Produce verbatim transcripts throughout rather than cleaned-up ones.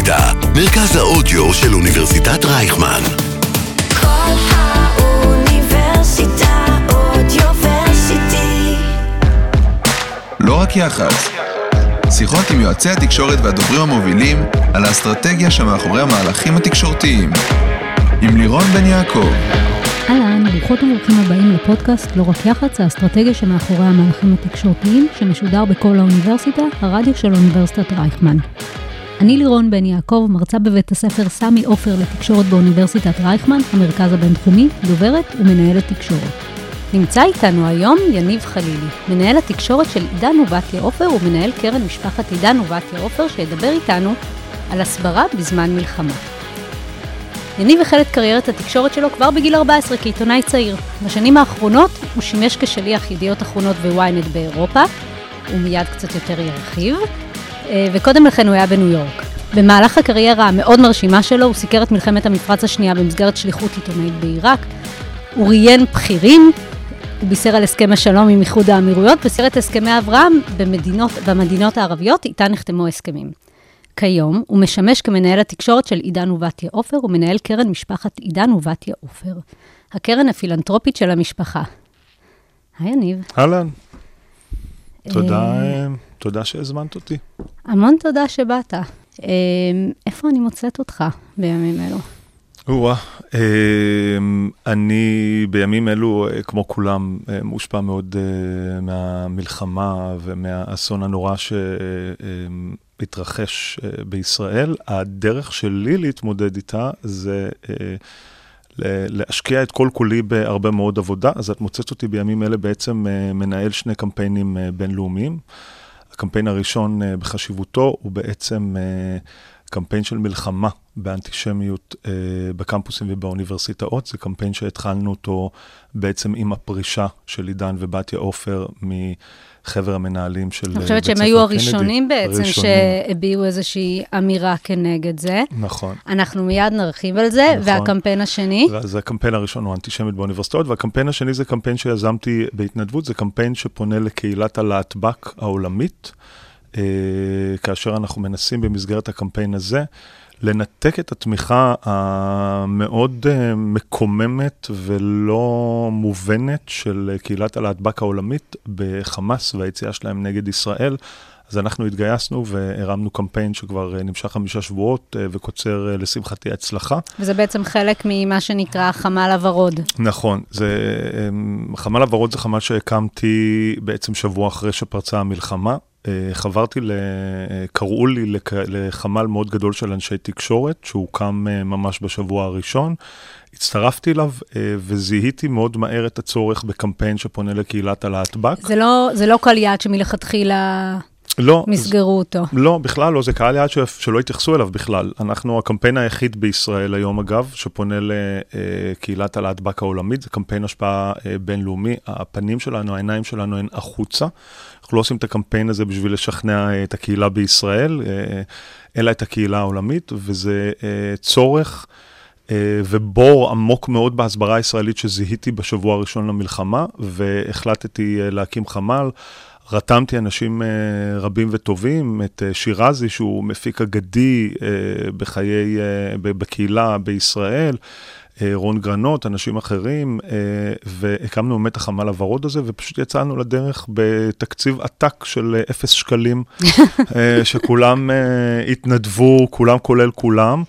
האוניברסיטה, מרכז האודיו של אוניברסיטת רייכמן. כל האוניברסיטה אודיוורסיטי. לא רק יח"צ, שיחות עם יועצי התקשורת והדוברים המובילים על האסטרטגיה שמאחורי המהלכים התקשורתיים. עם לירון בן יעקב. אהלן, ברוכות וברוכים הבאים לפודקאסט לא רק יח"צ, האסטרטגיה שמאחורי המהלכים התקשורתיים, שמשודר בכל האוניברסיטה, הרדיו של אוניברסיטת רייכמן. אני לירון בן יעקב, מרצה בבית הספר סמי עופר לתקשורת באוניברסיטת רייכמן, המרכז הבינתחומי, דוברת ומנהלת תקשורת. נמצא איתנו היום יניב חלילי, מנהל התקשורת של עידן ובתיה עופר ומנהל קרן משפחת עידן ובתיה עופר, שידבר איתנו על הסברה בזמן מלחמה. יניב החל את קריירת התקשורת שלו כבר בגיל ארבע עשרה כעיתונאי צעיר. בשנים האחרונות הוא שימש כשליח ידיעות אחרונות וויינט באירופה, ומיד קצת יותר ירחיב, וקודם לכן הוא היה בניו יורק. במהלך הקריירה המאוד מרשימה שלו הוא סיקר את מלחמת המפרץ השנייה במסגרת שליחות עיתונאית בעיראק, הוא ראיין בכירים, הוא בישר על הסכם השלום עם איחוד האמירויות, וסייר את הסכמי אברהם במדינות, במדינות הערביות, איתן נחתמו הסכמים. כיום הוא משמש כמנהל התקשורת של עידן ובתיה עופר, ומנהל קרן משפחת עידן ובתיה עופר, הקרן הפילנטרופית של המשפחה. היי יניב. אהלן. תודה, תודה שהזמנת אותי. המון תודה שבאת. איפה אני מוצאת אותך בימים אלו? וואה, אני בימים אלו, כמו כולם, מושפע מאוד מהמלחמה ומהאסון הנורא שהתרחש בישראל. הדרך שלי להתמודד איתה זה להשקיע את כל כולי בהרבה מאוד עבודה, אז את מוצאת אותי בימים אלה בעצם מנהל שני קמפיינים בינלאומיים. הקמפיין הראשון בחשיבותו הוא בעצם קמפיין של מלחמה באנטישמיות אה, בקמפוסים ובאוניברסיטאות. זה קמפיין שהתחלנו אותו בעצם עם הפרישה של עידן ובתיה עופר מחבר המנהלים של בית ספר קנדי. אני חושבת שהם היו הראשונים בעצם ראשונים. שהביאו איזושהי אמירה כנגד זה. נכון. אנחנו מיד נרחיב על זה, נכון. והקמפיין השני? אז הקמפיין הראשון הוא אנטישמיות באוניברסיטאות, והקמפיין השני זה קמפיין שיזמתי בהתנדבות, זה קמפיין שפונה לקהילת הלהטב"ק העולמית, כאשר אנחנו מנסים במסגרת הקמפיין הזה, לנתק את התמיכה המאוד מקוממת ולא מובנת של קהילת הלהטב"ק העולמית בחמאס והיציאה שלהם נגד ישראל. אז אנחנו התגייסנו והרמנו קמפיין שכבר נמשך חמישה שבועות וקוצר לשמחתי הצלחה. וזה בעצם חלק ממה שנקרא חמ"ל הוורוד. נכון, זה, חמ"ל הוורוד זה חמ"ל שהקמתי בעצם שבוע אחרי שפרצה המלחמה. חברתי, קראו לי לחמ"ל מאוד גדול של אנשי תקשורת, שהוא קם ממש בשבוע הראשון. הצטרפתי אליו וזיהיתי מאוד מהר את הצורך בקמפיין שפונה לקהילת הלהטב"ק. זה לא, זה לא קהל יעד שמלכתחילה לא, מסגרו אותו. לא, בכלל לא, זה קהל יעד שלא התייחסו אליו בכלל. אנחנו הקמפיין היחיד בישראל היום אגב, שפונה לקהילת הלהטב"ק העולמית, זה קמפיין השפעה בינלאומי, הפנים שלנו, העיניים שלנו הן החוצה. אנחנו לא עושים את הקמפיין הזה בשביל לשכנע את הקהילה בישראל, אלא את הקהילה העולמית, וזה צורך ובור עמוק מאוד בהסברה הישראלית שזיהיתי בשבוע הראשון למלחמה, והחלטתי להקים חמ"ל. רתמתי אנשים רבים וטובים, את שירזי שהוא מפיק אגדי בחיי, בקהילה בישראל, רון גרנות, אנשים אחרים, והקמנו באמת החמ"ל הוורוד הזה, ופשוט יצאנו לדרך בתקציב עתק של אפס שקלים, שכולם התנדבו, כולם כולל כולם,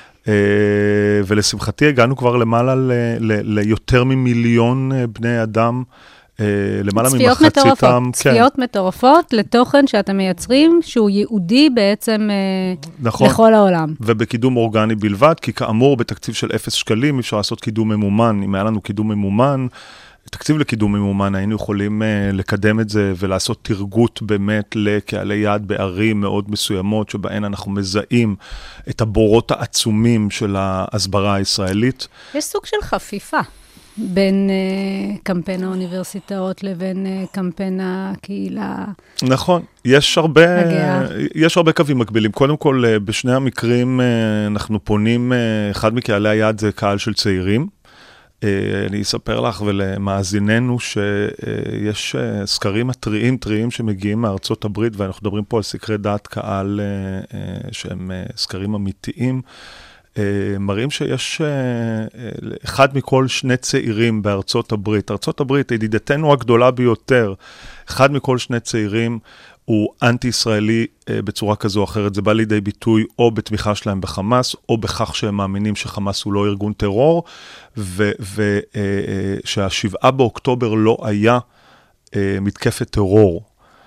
ולשמחתי הגענו כבר למעלה ליותר ממיליון בני אדם, למעלה ממחציתם. צפיות מטורפות לתוכן שאתם מייצרים, שהוא ייעודי בעצם נכון, לכל העולם. ובקידום אורגני בלבד, כי כאמור בתקציב של אפס שקלים אפשר לעשות קידום ממומן. אם היה לנו קידום ממומן, תקציב לקידום ממומן, היינו יכולים לקדם את זה ולעשות תרגות באמת לקהלי יעד בערים מאוד מסוימות, שבהן אנחנו מזהים את הבורות העצומים של ההסברה הישראלית. יש סוג של חפיפה בין uh, קמפיין האוניברסיטאות לבין uh, קמפיין הקהילה. נכון, יש הרבה, יש הרבה קווים מקבילים. קודם כל, uh, בשני המקרים uh, אנחנו פונים, uh, אחד מקהלי היעד זה קהל של צעירים, uh, אני אספר לך ולמאזיננו שיש סקרים הטריים, טריים שמגיעים מארצות הברית, ואנחנו מדברים פה על סקרי דעת קהל שהם סקרים אמיתיים, מראים שיש אחד מכל שני צעירים בארצות הברית. ארצות הברית, ידידתנו הגדולה ביותר, אחד מכל שני צעירים הוא אנטי-ישראלי בצורה כזו או אחרת. זה בא לידי ביטוי או בתמיכה שלהם בחמאס, או בכך שהם מאמינים שחמאס הוא לא ארגון טרור, ושהשבעה באוקטובר לא היה מתקפת טרור.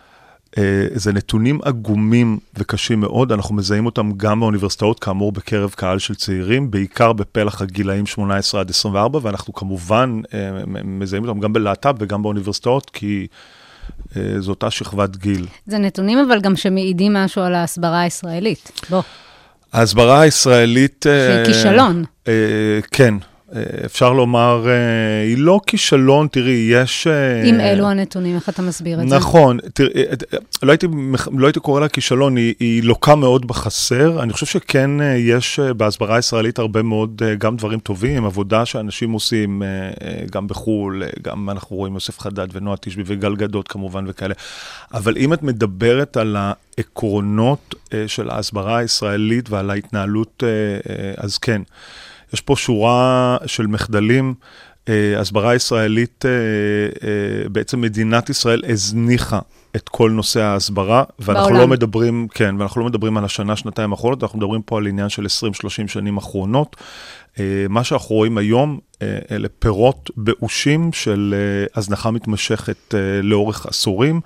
זה נתונים עגומים וקשים מאוד, אנחנו מזהים אותם גם באוניברסיטאות, כאמור בקרב קהל של צעירים, בעיקר בפלח הגילאים שמונה עשרה עד עשרים וארבע, ואנחנו כמובן מזהים אותם גם בלהט"ב וגם באוניברסיטאות, כי זו אותה שכבת גיל. זה נתונים אבל גם שמעידים משהו על ההסברה הישראלית. בוא. ההסברה הישראלית... של כישלון. כן. אפשר לומר, היא לא כישלון, תראי, יש... עם אלו הנתונים, איך אתה מסביר את זה? נכון, תראי, לא הייתי, לא הייתי קורא לה כישלון, היא, היא לוקה מאוד בחסר. אני חושב שכן יש בהסברה הישראלית הרבה מאוד, גם דברים טובים, עבודה שאנשים עושים, גם בחול, גם אנחנו רואים יוסף חדד ונועה תשבי וגל גדות כמובן וכאלה. אבל אם את מדברת על העקרונות של ההסברה הישראלית ועל ההתנהלות, אז כן. יש פה שורה של מחדלים, הסברה ישראלית, בעצם מדינת ישראל הזניחה את כל נושא ההסברה, ואנחנו לא מדברים, כן, ואנחנו לא מדברים על השנה, שנתיים האחרונות, אנחנו מדברים פה על עניין של עשרים שלושים שנים אחרונות. מה שאנחנו רואים היום, אלה פירות באושים של הזנחה מתמשכת לאורך עשורים,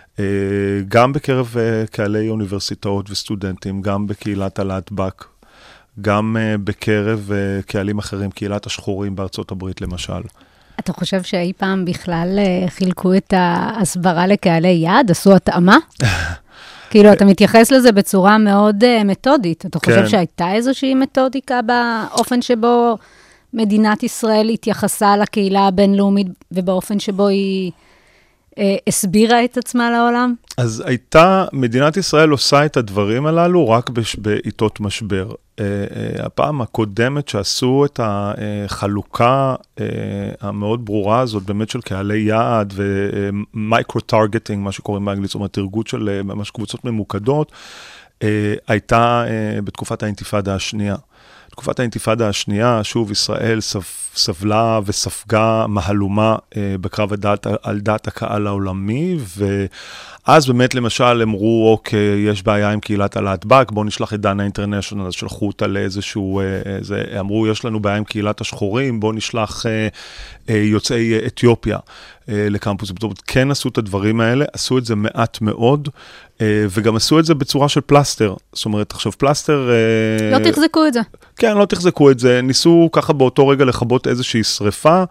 גם בקרב קהלי אוניברסיטאות וסטודנטים, גם בקהילת הלהט"ב, גם uh, בקרב uh, קהלים אחרים, קהילת השחורים בארצות הברית למשל. אתה חושב שאי פעם בכלל uh, חילקו את ההסברה לקהלי יעד, עשו התאמה? כאילו, אתה מתייחס לזה בצורה מאוד uh, מתודית. אתה חושב כן. שהייתה איזושהי מתודיקה באופן שבו מדינת ישראל התייחסה לקהילה הבינלאומית, ובאופן שבו היא uh, הסבירה את עצמה לעולם? אז הייתה, מדינת ישראל עושה את הדברים הללו רק בש, בעיתות משבר. Uh, uh, הפעם הקודמת שעשו את החלוקה uh, המאוד ברורה הזאת, באמת של קהלי יעד ומייקרו-טרגטינג, מה שקוראים באנגלית, זאת אומרת, תרגות של ממש קבוצות ממוקדות, uh, הייתה uh, בתקופת האינתיפאדה השנייה. בתקופת האינתיפאדה השנייה, שוב, ישראל סבלה וספגה מהלומה אה, בקרב הדעת, על דעת הקהל העולמי, ואז באמת למשל אמרו, אוקיי, יש בעיה עם קהילת הלהט"ב, בואו נשלח את דנה אינטרנשיונל, אז שלחו אותה לאיזשהו, אה, זה, אמרו, יש לנו בעיה עם קהילת השחורים, בואו נשלח אה, אה, יוצאי אתיופיה אה, לקמפוס. כן עשו את הדברים האלה, עשו את זה מעט מאוד, וגם עשו את זה בצורה של פלסטר. זאת אומרת, עכשיו פלסטר... לא תחזקו את זה. כן, לא תחזקו את זה. ניסו ככה באותו רגע לחבות איזושהי שריפה,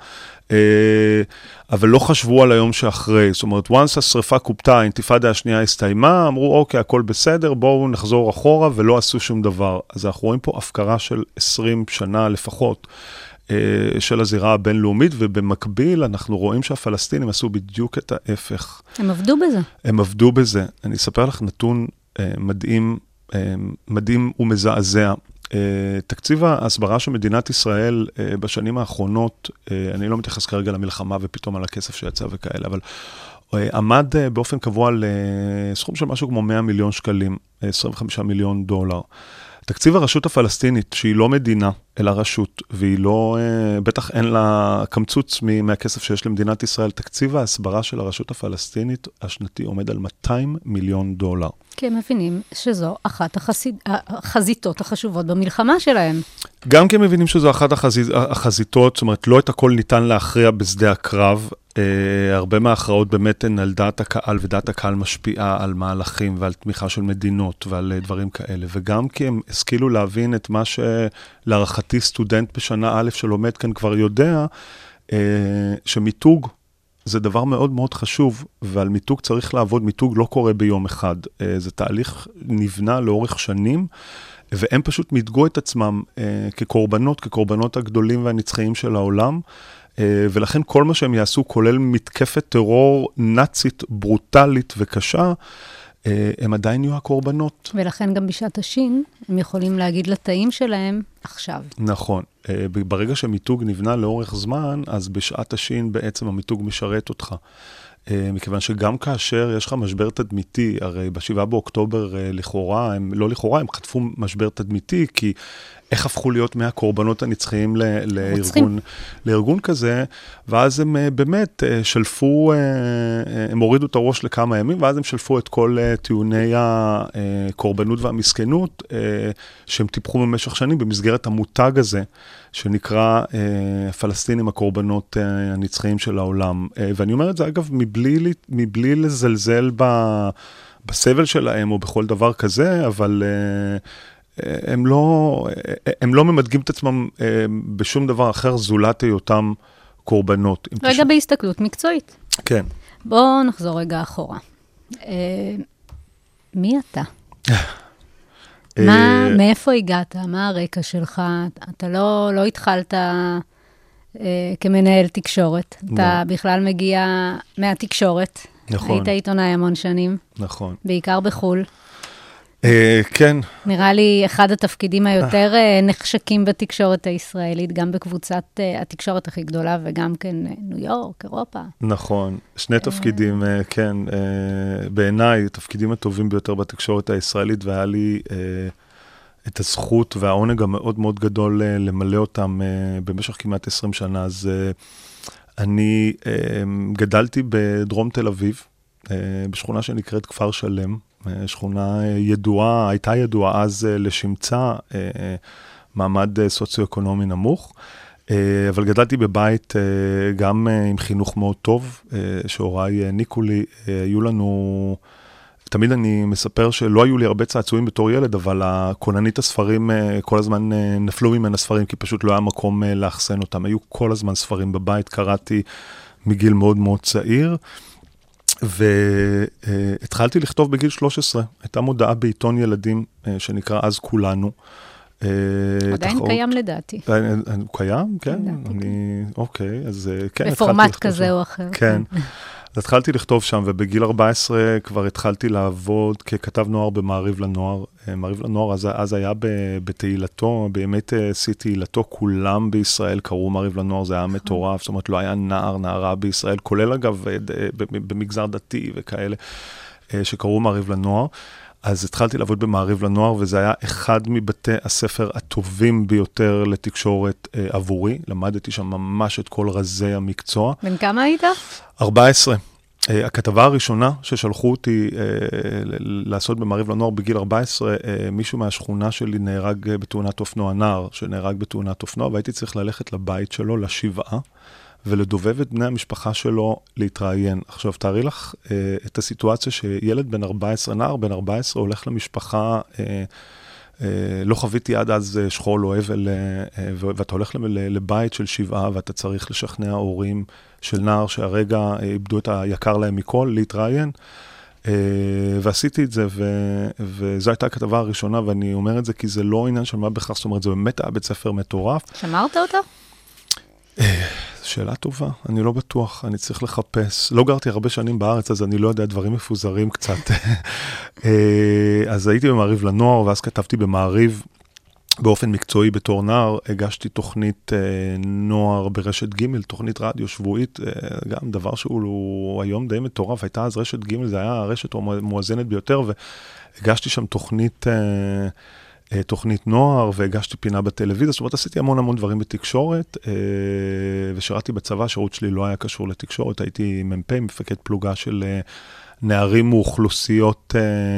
אבל לא חשבו על היום שאחרי. זאת אומרת, once השריפה קופתה, האינתיפאדה השנייה הסתיימה, אמרו, אוקיי, הכל בסדר, בואו נחזור אחורה, ולא עשו שום דבר. אז אנחנו רואים פה הפקרה של עשרים שנה לפחות, של הזירה הבינלאומית, ובמקביל אנחנו רואים שהפלסטינים עשו בדיוק את ההפך. הם עבדו בזה. הם עבדו בזה. אני אספר לך נתון מדהים, מדהים ומזעזע. תקציב ההסברה של מדינת ישראל בשנים האחרונות, אני לא מתייחס כרגע למלחמה ופתאום על הכסף שיצא וכאלה, אבל עמד באופן קבוע לסכום של משהו כמו מאה מיליון שקלים, עשרים וחמישה מיליון דולר. תקציב הרשות הפלסטינית, שהיא לא מדינה, אלא רשות, והיא לא, בטח אין לה קמצוץ מהכסף שיש למדינת ישראל, תקציב ההסברה של הרשות הפלסטינית השנתי עומד על מאתיים מיליון דולר. כי הם מבינים שזו אחת החזית, החזיתות החשובות במלחמה שלהם. גם כי הם מבינים שזו אחת החזית, החזיתות, זאת אומרת, לא את הכל ניתן להכריע בשדה הקרב, Uh, הרבה מההכרעות באמת הן על דעת הקהל, ודעת הקהל משפיעה על מהלכים ועל תמיכה של מדינות ועל uh, דברים כאלה, וגם כי הם השכילו להבין את מה שלהערכתי סטודנט בשנה א' שלומד כאן כבר יודע, uh, שמיתוג זה דבר מאוד מאוד חשוב, ועל מיתוג צריך לעבוד, מיתוג לא קורה ביום אחד, uh, זה תהליך נבנה לאורך שנים, והם פשוט מיתגו את עצמם uh, כקורבנות, כקורבנות הגדולים והנצחיים של העולם, ולכן כל מה שהם יעשו, כולל מתקפת טרור נאצית, ברוטלית וקשה, הם עדיין יהיו הקורבנות. ולכן גם בשעת השין, הם יכולים להגיד לתאים שלהם עכשיו. נכון. ברגע שמיתוג נבנה לאורך זמן, אז בשעת השין בעצם המיתוג משרת אותך. מכיוון שגם כאשר יש לך משבר תדמיתי, הרי בשבעה באוקטובר לכאורה, הם, לא לכאורה, הם חטפו משבר תדמיתי, כי איך הפכו להיות מהקורבנות הנצחיים ל, לארגון, לארגון כזה, ואז הם באמת שלפו, הם הורידו את הראש לכמה ימים, ואז הם שלפו את כל טיעוני הקורבנות והמסכנות, שהם טיפחו במשך שנים במסגרת המותג הזה, שנקרא פלסטינים הקורבנות הנצחיים של העולם. ואני אומר את זה, אגב, מבלי, מבלי לזלזל ב, בסבל שלהם או בכל דבר כזה, אבל הם לא, הם לא ממדגים את עצמם בשום דבר אחר זולת היותם קורבנות. רגע תשמע... בהסתכלות מקצועית. כן. בואו נחזור רגע אחורה. מי אתה? מה, מאיפה הגעת? מה הרקע שלך? אתה לא, לא התחלת אה, כמנהל תקשורת. לא. אתה בכלל מגיע מהתקשורת. נכון. היית עיתונאי המון שנים. נכון. בעיקר בחול. אה, כן. נראה לי אחד התפקידים היותר אה, נחשקים בתקשורת הישראלית, גם בקבוצת אה, התקשורת הכי גדולה, וגם כן אה, ניו יורק, אירופה. נכון. שני תפקידים, אה, כן. אה, בעיניי, התפקידים הטובים ביותר בתקשורת הישראלית, והיה לי... אה, את הזכות והעונג המאוד מאוד גדול למלא אותם במשך כמעט עשרים שנה. אז אני גדלתי בדרום תל אביב, בשכונה שנקראת כפר שלם, שכונה ידועה, הייתה ידועה אז לשמצה, מעמד סוציו-אקונומי נמוך, אבל גדלתי בבית גם עם חינוך מאוד טוב, שהוריי העניקו לי, היו לנו... תמיד אני מספר שלא היו לי הרבה צעצועים בתור ילד, אבל הכוננית הספרים, כל הזמן נפלו ממנה ספרים, כי פשוט לא היה מקום לאחסן אותם. היו כל הזמן ספרים בבית, קראתי מגיל מאוד מאוד צעיר, והתחלתי לכתוב בגיל שלוש עשרה. הייתה מודעה בעיתון ילדים, שנקרא אז כולנו. עדיין קיים לדעתי. הוא קיים? כן. אוקיי, אז כן. בפורמט כזה או אחר. כן. אז התחלתי לכתוב שם, ובגיל ארבע עשרה כבר התחלתי לעבוד ככתב נוער במעריב לנוער. מעריב לנוער אז, אז היה בתהילתו, באמת עשי תהילתו, כולם בישראל קראו מעריב לנוער, זה היה מטורף, זאת אומרת לא היה נער, נערה בישראל, כולל אגב במגזר דתי וכאלה, שקראו מעריב לנוער. אז התחלתי לעבוד במעריב לנוער, וזה היה אחד מבתי הספר הטובים ביותר לתקשורת אה, עבורי. למדתי שם ממש את כל רזי המקצוע. בן כמה היית? ארבע עשרה. אה, הכתבה הראשונה ששלחו אותי אה, לעשות במעריב לנוער בגיל ארבע עשרה, אה, מישהו מהשכונה שלי נהרג בתאונת אופנוע, נער שנהרג בתאונת אופנוע, והייתי צריך ללכת לבית שלו, לשבעה, ולדובב את בני המשפחה שלו להתראיין. עכשיו, תארי לך אה, את הסיטואציה שילד בן ארבע עשרה, נער בן ארבע עשרה, הולך למשפחה, אה, אה, לא חוויתי עד אז שכול או אבל, אה, ואתה הולך לבית של שבעה, ואתה צריך לשכנע הורים של נער שהרגע איבדו את היקר להם מכל, להתראיין, אה, ועשיתי את זה, ו- וזו הייתה הכתבה הראשונה, ואני אומר את זה כי זה לא עניין של מה בכך, זאת אומרת, זה באמת היה בית ספר מטורף. שמרת אותו? שאלה טובה, אני לא בטוח, אני צריך לחפש. לא גרתי הרבה שנים בארץ, אז אני לא יודע, דברים מפוזרים קצת. אז הייתי במעריב לנוער, ואז כתבתי במעריב, באופן מקצועי בתור נער, הגשתי תוכנית נוער ברשת ג', תוכנית רדיו שבועית, גם דבר שהוא היום די מטורף, הייתה אז רשת ג', זה היה הרשת המואזנת ביותר, והגשתי שם תוכנית... תוכנית נוער, והגשתי פינה בטלוויזיה, זאת אומרת, עשיתי המון המון דברים בתקשורת, ושירתי בצבא, השירות שלי לא היה קשור לתקשורת, הייתי מ"פ, מפקד פלוגה של נערים מאוכלוסיות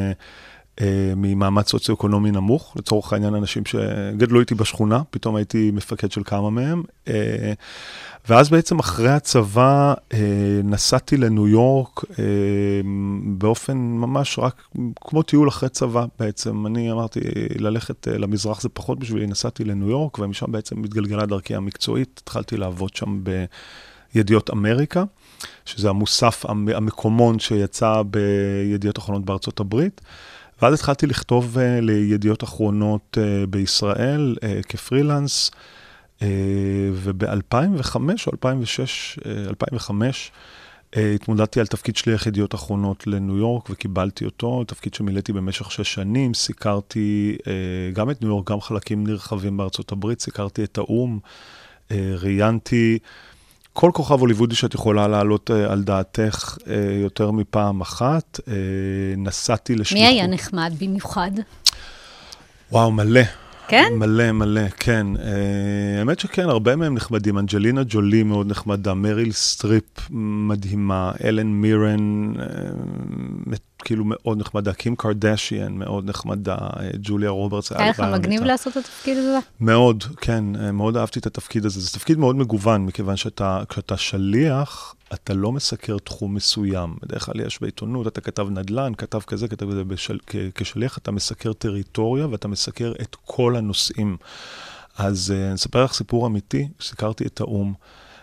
ממעמד סוציו-אקונומי נמוך, לצורך העניין אנשים שגדלו איתי בשכונה, פתאום הייתי מפקד של כמה מהם, ואז בעצם אחרי הצבא נסעתי לניו יורק באופן ממש רק כמו טיול אחרי צבא בעצם. אני אמרתי ללכת למזרח זה פחות בשבילי, נסעתי לניו יורק ומשם בעצם מתגלגלה דרכי המקצועית, התחלתי לעבוד שם בידיעות אמריקה, שזה המוסף המקומון שיצא בידיעות אחרונות בארצות הברית, ואז התחלתי לכתוב לידיעות אחרונות בישראל כפרילנס, וב-אלפיים וחמש או אלפיים ושש, אלפיים וחמש, התמודדתי על תפקיד שליח ידיעות אחרונות לניו יורק וקיבלתי אותו, תפקיד שמילאתי במשך שש שנים, סיקרתי גם את ניו יורק, גם חלקים נרחבים בארצות הברית, סיקרתי את האום, ראיינתי כל כוכב הוליוודי שאת יכולה לעלות על דעתך יותר מפעם אחת, נסעתי לשליחות. מי היה נחמד במיוחד? וואו, מלא. כן? מלא, מלא, כן. האמת שכן, הרבה מהם נחמדים. אנג'לינה ג'ולי מאוד נחמדה, מריל סטריפ מדהימה, אלן מירן, כאילו מאוד נחמדה, קים קרדשיאן מאוד נחמדה, ג'וליה רוברטס. היה לך מגניב לעשות את התפקיד הזה? מאוד, כן, מאוד אהבתי את התפקיד הזה. זה תפקיד מאוד מגוון, מכיוון שאתה, כשאתה שליח, אתה לא מסקר תחום מסוים. בדרך כלל יש בעיתונות, אתה כתב נדל"ן, כתב כזה, כתב כזה, בשל, כ, כשליח אתה מסקר טריטוריה, ואתה מסקר את כל הנושאים. אז אני אספר לך סיפור אמיתי, סיקרתי את האום,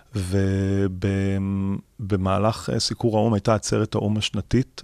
ובמהלך סיקור האום הייתה עצרת האום השנתית,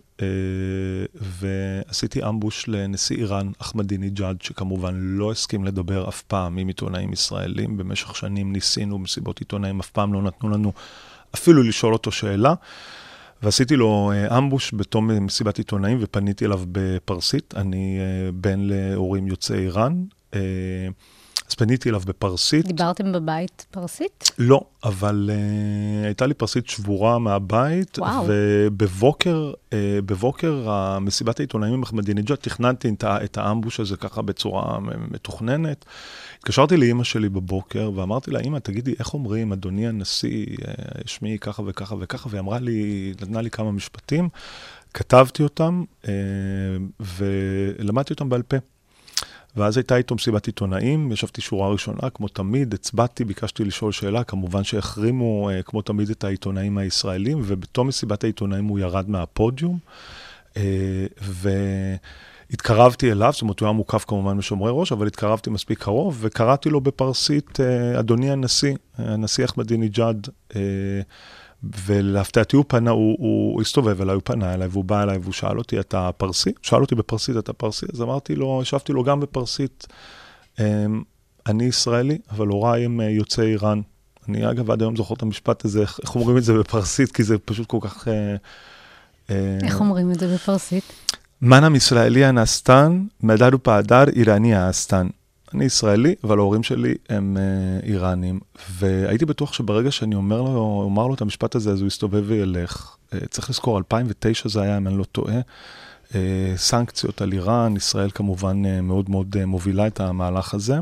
ועשיתי אמבוש לנשיא איראן, אחמדינג'אד, שכמובן לא הסכים לדבר אף פעם עם עיתונאים ישראלים, במשך שנים ניסינו מסיבות עיתונאים, אף פעם לא נתנו לנו אפילו לשאול אותו שאלה, ועשיתי לו אמבוש בתום מסיבת עיתונאים, ופניתי אליו בפרסית, אני בן להורים יוצאי איראן, אז פניתי אליו בפרסית. דיברתם בבית פרסית? לא, אבל uh, הייתה לי פרסית שבורה מהבית, וואו. ובבוקר, uh, בבוקר המסיבת העיתונאים עם אחמדינג'אד, תכננתי את, את האמבוש הזה ככה בצורה מתוכננת. התקשרתי לאמא שלי בבוקר, ואמרתי לה, אמא, תגידי, איך אומרים, אדוני הנשיא, שמי ככה וככה וככה, והיא אמרה לי, נתנה לי כמה משפטים, כתבתי אותם, uh, ולמדתי אותם בעל פה. ואז הייתה איתו מסיבת עיתונאים, ישבתי שורה ראשונה, כמו תמיד, הצבעתי, ביקשתי לשאול שאלה, כמובן שהחרימו, כמו תמיד, את העיתונאים הישראלים, ובתום מסיבת העיתונאים הוא ירד מהפודיום, והתקרבתי אליו, זאת אומרת, הוא היה מוקף כמובן משומרי ראש, אבל התקרבתי מספיק קרוב, וקראתי לו בפרסית, אדוני הנשיא, הנשיא אחמדינג'אד, ולהפתעתי הוא פנה, הוא, הוא הסתובב אליי, הוא פנה אליי, והוא בא אליי, והוא שאל אותי, אתה פרסי? שאל אותי בפרסית, אתה פרסי? אז אמרתי לו, ישבתי לו גם בפרסית, אני ישראלי, אבל הוריי הם יוצאי איראן. אני אגב עד היום זוכר את המשפט הזה, איך אומרים את זה בפרסית, כי זה פשוט כל כך... איך אומרים את זה בפרסית? מנם ישראלי הנאסטן, מדדו פעדר איראני האסטן. אני ישראלי, אבל ההורים שלי הם uh, איראנים, והייתי בטוח שברגע שאני אומר לו, אומר לו את המשפט הזה, אז הוא יסתובב וילך. Uh, צריך לזכור, אלפיים ותשע זה היה, אם אני לא טועה, uh, סנקציות על איראן, ישראל כמובן uh, מאוד מאוד uh, מובילה את המהלך הזה,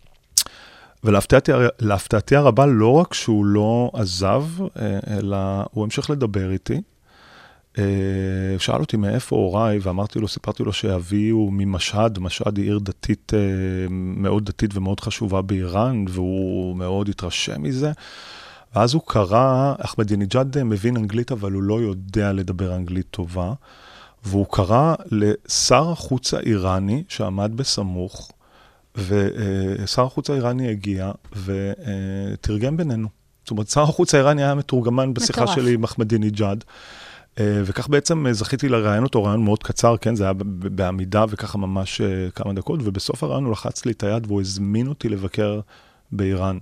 ולהפתעתי הרבה, לא רק שהוא לא עזב, uh, אלא הוא המשיך לדבר איתי, שאל אותי מאיפה הוריי, ואמרתי לו, סיפרתי לו שאבי הוא ממשהד, משהד היא עיר דתית, מאוד דתית ומאוד חשובה באיראן, והוא מאוד התרשם מזה. ואז הוא קרא, אחמדינג'אד מבין אנגלית, אבל הוא לא יודע לדבר אנגלית טובה, והוא קרא לשר החוץ האיראני שעמד בסמוך, ושר החוץ האיראני הגיע ותרגם בינינו. זאת אומרת, שר החוץ האיראני היה מתורגמן בשיחה שלי עם אחמדינג'אד, וכך בעצם זכיתי לראיין אותו, ראיון מאוד קצר, כן, זה היה בעמידה וככה ממש כמה דקות, ובסוף הראיון הוא לחץ לי את היד והוא הזמין אותי לבקר באיראן.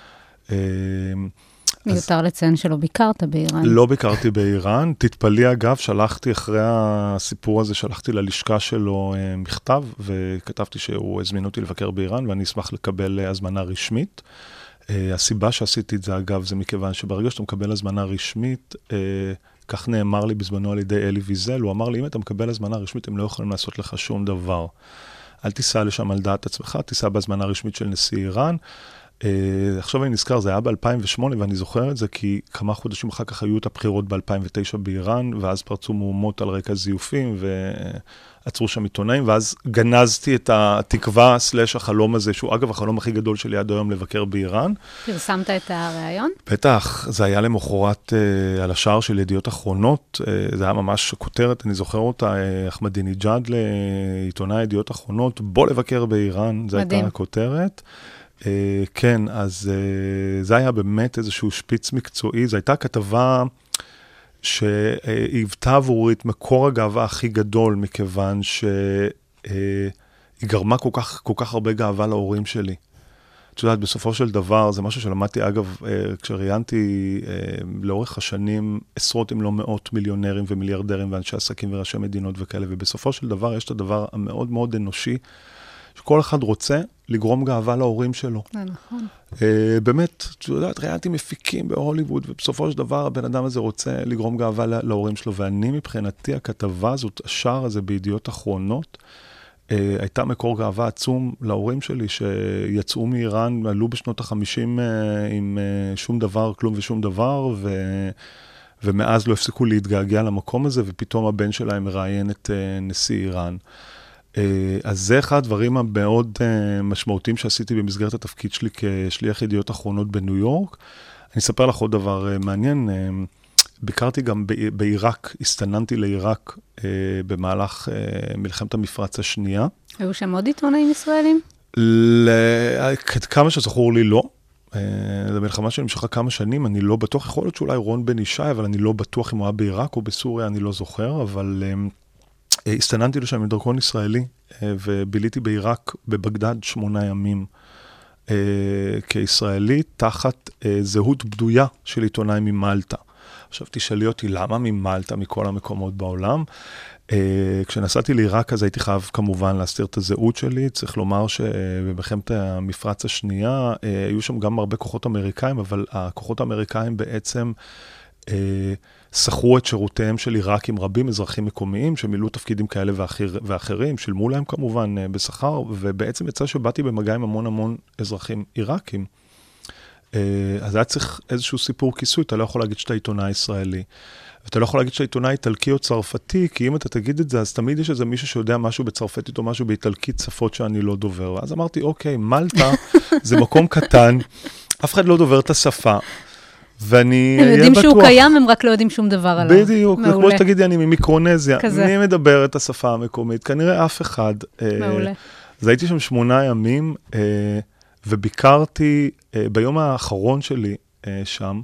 מיותר לציין שלא ביקרת באיראן. לא ביקרתי באיראן, תתפלאי אגב, שלחתי אחרי הסיפור הזה, שלחתי ללשכה שלו מכתב, וכתבתי שהוא הזמין אותי לבקר באיראן, ואני אשמח לקבל הזמנה רשמית. הסיבה שעשיתי את זה אגב, זה מכיוון שברגע שאתה מקבל הזמנה רשמית, כך נאמר לי בזמנו על ידי אלי ויזל, הוא אמר לי, אם אתה מקבל הזמנה רשמית, הם לא יכולים לעשות לך שום דבר. אל תיסע לשם על דעת עצמך, תיסע בהזמנה רשמית של נשיא איראן. עכשיו אני נזכר, זה היה ב-אלפיים ושמונה, ואני זוכר את זה, כי כמה חודשים אחר כך היו את הבחירות ב-אלפיים ותשע באיראן, ואז פרצו מהומות על רקע זיופים, ועצרו שם עיתונאים, ואז גנזתי את התקווה סלש החלום הזה, שהוא אגב החלום הכי גדול שלי עד היום לבקר באיראן. פרסמת את הרעיון? בטח, זה היה למחרת uh, על השער של ידיעות אחרונות, uh, זה היה ממש כותרת, אני זוכר אותה, uh, אחמדינג'אד לעיתונאי ידיעות אחרונות, בוא לבקר באיראן, זו הייתה הכותרת. Uh, כן, אז uh, זה היה באמת איזשהו שפיץ מקצועי, זו הייתה כתבה שהיוותה עבורי את מקור הגאווה הכי גדול, מכיוון שהיא uh, גרמה כל כך, כל כך הרבה גאווה להורים שלי. את יודעת, בסופו של דבר, זה משהו שלמדתי, אגב, כשראיינתי לאורך השנים עשרות אם לא מאות מיליונרים ומיליארדרים ואנשי עסקים וראשי מדינות וכאלה, ובסופו של דבר יש את הדבר המאוד מאוד אנושי, שכל אחד רוצה לגרום גאווה להורים שלו. זה נכון. באמת, את יודעת, ראיינתי מפיקים בהוליווד, ובסופו של דבר הבן אדם הזה רוצה לגרום גאווה להורים שלו, ואני מבחינתי, הכתבה הזאת, השער הזה בידיעות אחרונות, הייתה מקור גאווה עצום להורים שלי, שיצאו מאיראן, עלו בשנות החמישים עם שום דבר, כלום ושום דבר, ו... ומאז לא הפסיקו להתגעגע למקום הזה, ופתאום הבן שלהם מראיין את נשיא איראן. אז זה אחד הדברים המאוד משמעותיים שעשיתי במסגרת התפקיד שלי כשליח ידיעות אחרונות בניו יורק. אני אספר לך עוד דבר מעניין, ביקרתי גם בעיראק, הסתננתי לעיראק במהלך מלחמת המפרץ השנייה. היו שם עוד עיתונאים ישראלים? כמה שזכור לי לא. זו מלחמה שנמשכה כמה שנים, אני לא בטוח, יכול להיות שאולי רון בן ישי, אבל אני לא בטוח אם הוא היה בעיראק או בסוריה, אני לא זוכר, אבל הסתננתי לשם עם דרכון ישראלי, וביליתי בעיראק בבגדד שמונה ימים כישראלי, תחת זהות בדויה של עיתונאים ממלטה. עכשיו תשאלי אותי למה ממלטה מכל המקומות בעולם. כשנסעתי לעיראק אז הייתי חייב כמובן להסתיר את הזהות שלי, צריך לומר שבמלחמת המפרץ השנייה היו שם גם הרבה כוחות אמריקאים, אבל הכוחות האמריקאים בעצם שכרו את שירותיהם של עיראקים רבים, אזרחים מקומיים, שמילאו תפקידים כאלה ואחר, ואחרים, שילמו להם כמובן בשכר, ובעצם יצא שבאתי במגע עם המון המון אזרחים עיראקים. אז היה צריך איזשהו סיפור כיסוי, אתה לא יכול להגיד שאתה עיתונאי ישראלי, ואתה לא יכול להגיד שאתה עיתונאי איטלקי או צרפתי, כי אם אתה תגיד את זה, אז תמיד יש איזה מישהו שיודע משהו בצרפתית או משהו באיטלקית, שפות שאני לא דובר. ואז אמרתי, אוקיי, מלטה זה מקום קטן, אף אחד לא דובר את השפה, ואני הם יודעים שהוא קיים, הם רק לא יודעים שום דבר עליו. בדיוק, זה כמו שתגידי, אני ממיקרונזיה, מי מדבר את השפה המקומית? כנראה אף אחד. מעולה. אז הייתי שם שמונה ימים, וביקרתי ביום האחרון שלי שם,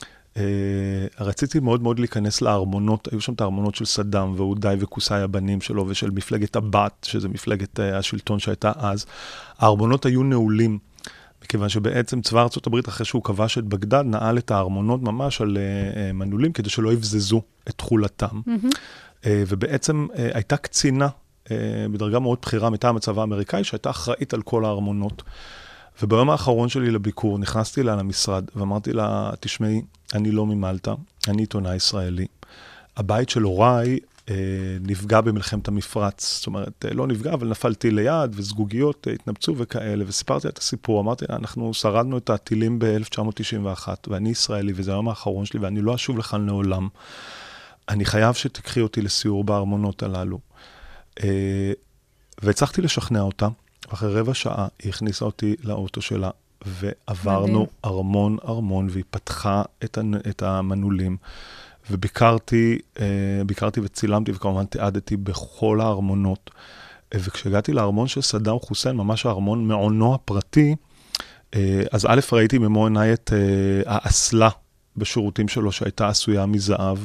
רציתי מאוד מאוד להיכנס לארמונות, היו שם את הארמונות של סדאם ואודאי וכוסאי הבנים שלו ושל מפלגת הבת, שזה מפלגת השלטון שהייתה אז. הארמונות היו נעולים, מכיוון שבעצם צבא ארצות הברית אחרי שהוא כבש את בגדד, נעל את הארמונות ממש על מנעולים, כדי שלא יבזזו את תכולתם. ובעצם הייתה קצינה בדרגה מאוד בכירה מטעם הצבא האמריקאי, שהייתה אחראית על כל הארמונות. וביום האחרון שלי לביקור, נכנסתי לה למשרד, ואמרתי לה, תשמעי, אני לא ממלטה, אני עיתונאי ישראלי. הבית של הוריי אה, נפגע במלחמת המפרץ, זאת אומרת, לא נפגע, אבל נפלתי ליד, וזגוגיות התנפצו וכאלה, וסיפרתי את הסיפור, אמרתי לה, אנחנו שרדנו את הטילים ב-אלף תשע מאות תשעים ואחת, ואני ישראלי, וזה היום האחרון שלי, ואני לא אשוב לכאן לעולם. אני חייב שתקחי אותי לסיור בארמונות הללו. אה, והצלחתי לשכנע אותה, אחרי רבע שעה היא הכניסה אותי לאוטו שלה, ועברנו ארמון ארמון, והיא פתחה את, את המנעולים, וביקרתי, ביקרתי וצילמתי, וכמובן תיעדתי בכל הארמונות, וכשהגעתי לארמון של סדאם חוסיין, ממש הארמון מעונו הפרטי, אז א' ראיתי ממו עיניי את האסלה בשירותים שלו, שהייתה עשויה מזהב,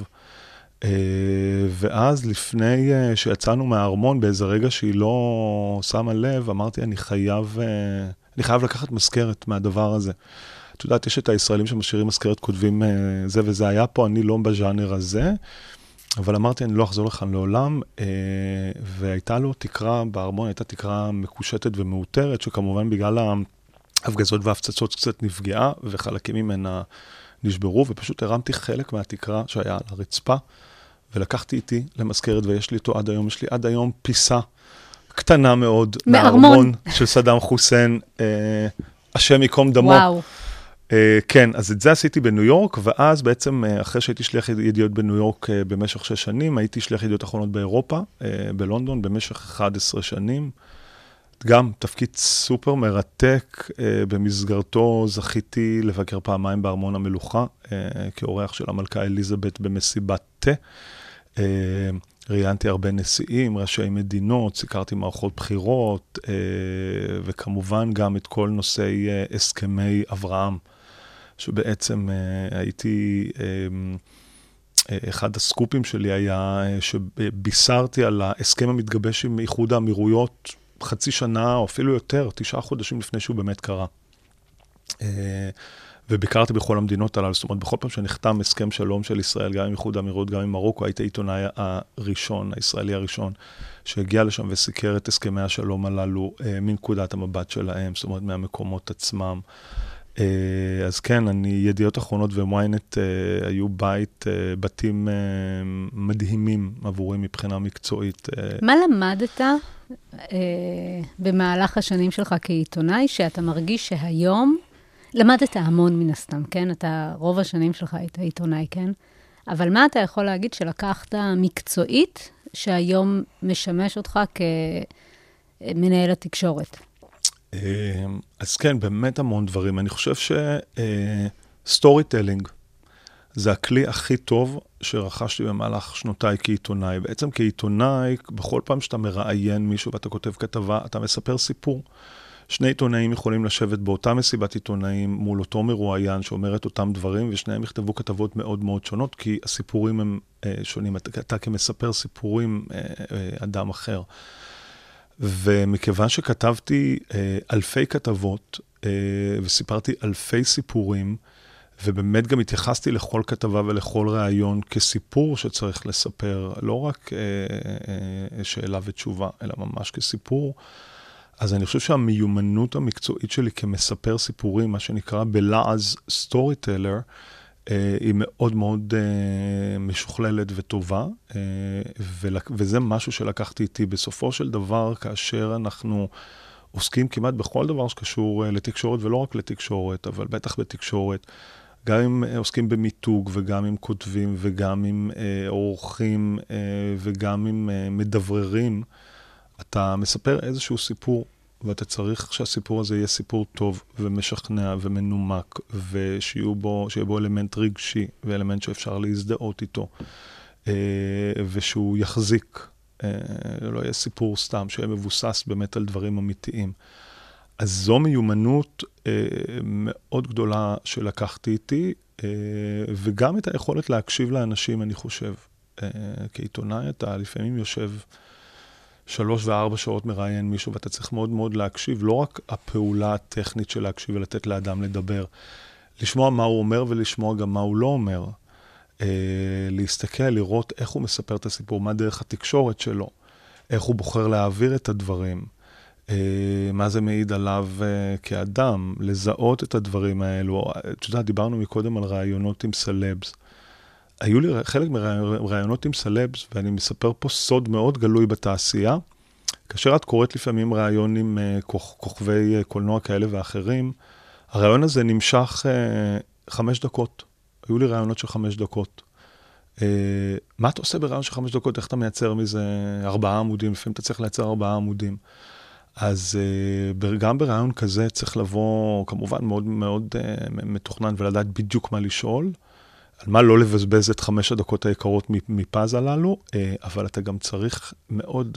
ואז לפני שיצאנו מהארמון, באיזה רגע שהיא לא שמה לב, אמרתי, אני חייב, אני חייב לקחת מזכרת מהדבר הזה. את יודעת, יש את הישראלים שמשאירים מזכרת, כותבים זה וזה היה פה, אני לא בז'אנר הזה, אבל אמרתי, אני לא אחזור לכאן לעולם, והייתה לו תקרה בארמון, הייתה תקרה מקושטת ומאותרת, שכמובן בגלל ההפגזות וההפצצות קצת נפגעה, וחלקים ממנה נשברו, ופשוט הרמתי חלק מהתקרה שהיה על הרצפה, ולקחתי איתי למזכרת, ויש לי אותו עד היום, יש לי עד היום פיסה קטנה מאוד, מהארמון של סדאם חוסיין, אה, השם יקום דמו. וואו. אה, כן, אז את זה עשיתי בניו יורק, ואז בעצם, אה, אחרי שהייתי שליח ידיעות בניו יורק אה, במשך שש שנים, הייתי שליח ידיעות אחרונות באירופה, אה, בלונדון, במשך אחת עשרה שנים. גם תפקיד סופר מרתק, אה, במסגרתו זכיתי לבקר פעמיים בארמון המלוכה, אה, כאורח של המלכה אליזבת במסיבת תה. אה, ראיינתי הרבה נשיאים, ראשי מדינות, סיקרתי מערכות בחירות, אה, וכמובן גם את כל נושאי אה, הסכמי אברהם, שבעצם אה, הייתי, אה, אה, אחד הסקופים שלי היה אה, שבישרתי על ההסכם המתגבש עם איחוד האמירויות, חצי שנה או אפילו יותר, תשעה חודשים לפני שהוא באמת קרה. וביקרתי בכל המדינות הללו, זאת אומרת, בכל פעם שנחתם הסכם שלום של ישראל, גם עם איחוד האמירויות, גם עם מרוקו, הייתי עיתונאי הראשון, הישראלי הראשון, שהגיע לשם וסיקר את הסכמי השלום הללו, מנקודת המבט שלהם, זאת אומרת, מהמקומות עצמם. אז כן, אני, ידיעות אחרונות וויינט היו בית, בתים מדהימים עבורי מבחינה מקצועית. מה למדת במהלך השנים שלך כעיתונאי, שאתה מרגיש שהיום, למדת המון מן הסתם, כן? אתה רוב השנים שלך היית עיתונאי, כן? אבל מה אתה יכול להגיד שלקחת מקצועית, שהיום משמש אותך כמנהל התקשורת? אז כן, באמת המון דברים. אני חושב שסטורי טלינג זה הכלי הכי טוב שרכשתי במהלך שנותיי כעיתונאי. בעצם כעיתונאי, בכל פעם שאתה מראיין מישהו ואתה כותב כתבה, אתה מספר סיפור. שני עיתונאים יכולים לשבת באותה מסיבת עיתונאים מול אותו מרואיין שאומר את אותם דברים, ושניהם יכתבו כתבות מאוד מאוד שונות, כי הסיפורים הם אה, שונים. אתה, אתה כמספר סיפורים אה, אה, אדם אחר. ומכיוון שכתבתי אה, אלפי כתבות, אה, וסיפרתי אלפי סיפורים, ובאמת גם התייחסתי לכל כתבה ולכל ראיון כסיפור שצריך לספר, לא רק אה, אה, שאלה ותשובה, אלא ממש כסיפור, אז אני חושב שהמיומנות המקצועית שלי כמספר סיפורים, מה שנקרא בלעז סטורי טלר, היא מאוד מאוד משוכללת וטובה, וזה משהו שלקחתי איתי בסופו של דבר, כאשר אנחנו עוסקים כמעט בכל דבר שקשור לתקשורת, ולא רק לתקשורת, אבל בטח בתקשורת, גם אם עוסקים במיתוג, וגם אם כותבים, וגם אם עורכים, וגם אם מדבררים, אתה מספר איזשהו סיפור, ואתה צריך שהסיפור הזה יהיה סיפור טוב ומשכנע ומנומק, ושיהיה בו, בו אלמנט רגשי, ואלמנט שאפשר להזדהות איתו, ושהוא יחזיק, לא יהיה סיפור סתם, שיהיה מבוסס באמת על דברים אמיתיים. אז זו מיומנות מאוד גדולה שלקחתי איתי, וגם את היכולת להקשיב לאנשים, אני חושב. כעיתונאי אתה לפעמים יושב שלוש וארבע שעות מראיין מישהו, ואתה צריך מאוד מאוד להקשיב, לא רק הפעולה הטכנית של להקשיב ולתת לאדם לדבר, לשמוע מה הוא אומר ולשמוע גם מה הוא לא אומר, אה, להסתכל, לראות איך הוא מספר את הסיפור, מה דרך התקשורת שלו, איך הוא בוחר להעביר את הדברים, אה, מה זה מעיד עליו אה, כאדם, לזהות את הדברים האלו. אתה יודע, דיברנו מקודם על רעיונות עם סלבס, היו לי חלק מרעיונות עם סלבס, ואני מספר פה סוד מאוד גלוי בתעשייה, כאשר את קוראת לפעמים רעיון עם כוכ, כוכבי קולנוע כאלה ואחרים, הרעיון הזה נמשך חמש דקות. היו לי רעיונות של חמש דקות. מה אתה עושה ברעיון של חמש דקות? איך אתה מייצר מזה ארבעה עמודים? לפעמים אתה צריך לייצר ארבעה עמודים. אז גם ברעיון כזה צריך לבוא, כמובן מאוד מאוד מתוכנן ולדעת בדיוק מה לשאול, על מה לא לבזבז את חמש הדקות היקרות מפז הללו, אבל אתה גם צריך מאוד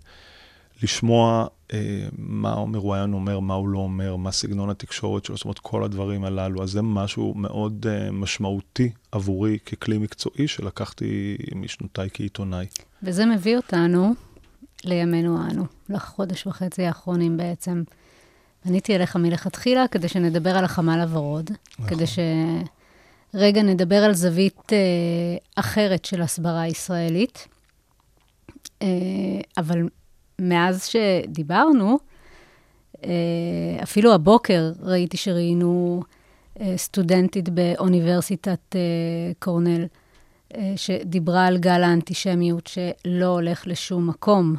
לשמוע מה המרואיין אומר, מה הוא לא אומר, מה סגנון התקשורת שלו, זאת אומרת, כל הדברים הללו. אז זה משהו מאוד משמעותי עבורי ככלי מקצועי שלקחתי משנותיי כעיתונאי. וזה מביא אותנו לימינו אנו, לחודש וחצי האחרונים בעצם. פניתי אליך מלכתחילה כדי שנדבר על החמ"ל הוורוד, נכון. כדי ש... רגע נדבר על זווית אה, אחרת של הסברה ישראלית, אה, אבל מאז שדיברנו, אה, אפילו הבוקר ראיתי שראינו אה, סטודנטית באוניברסיטת אה, קורנל, אה, שדיברה על גל האנטישמיות שלא הולך לשום מקום,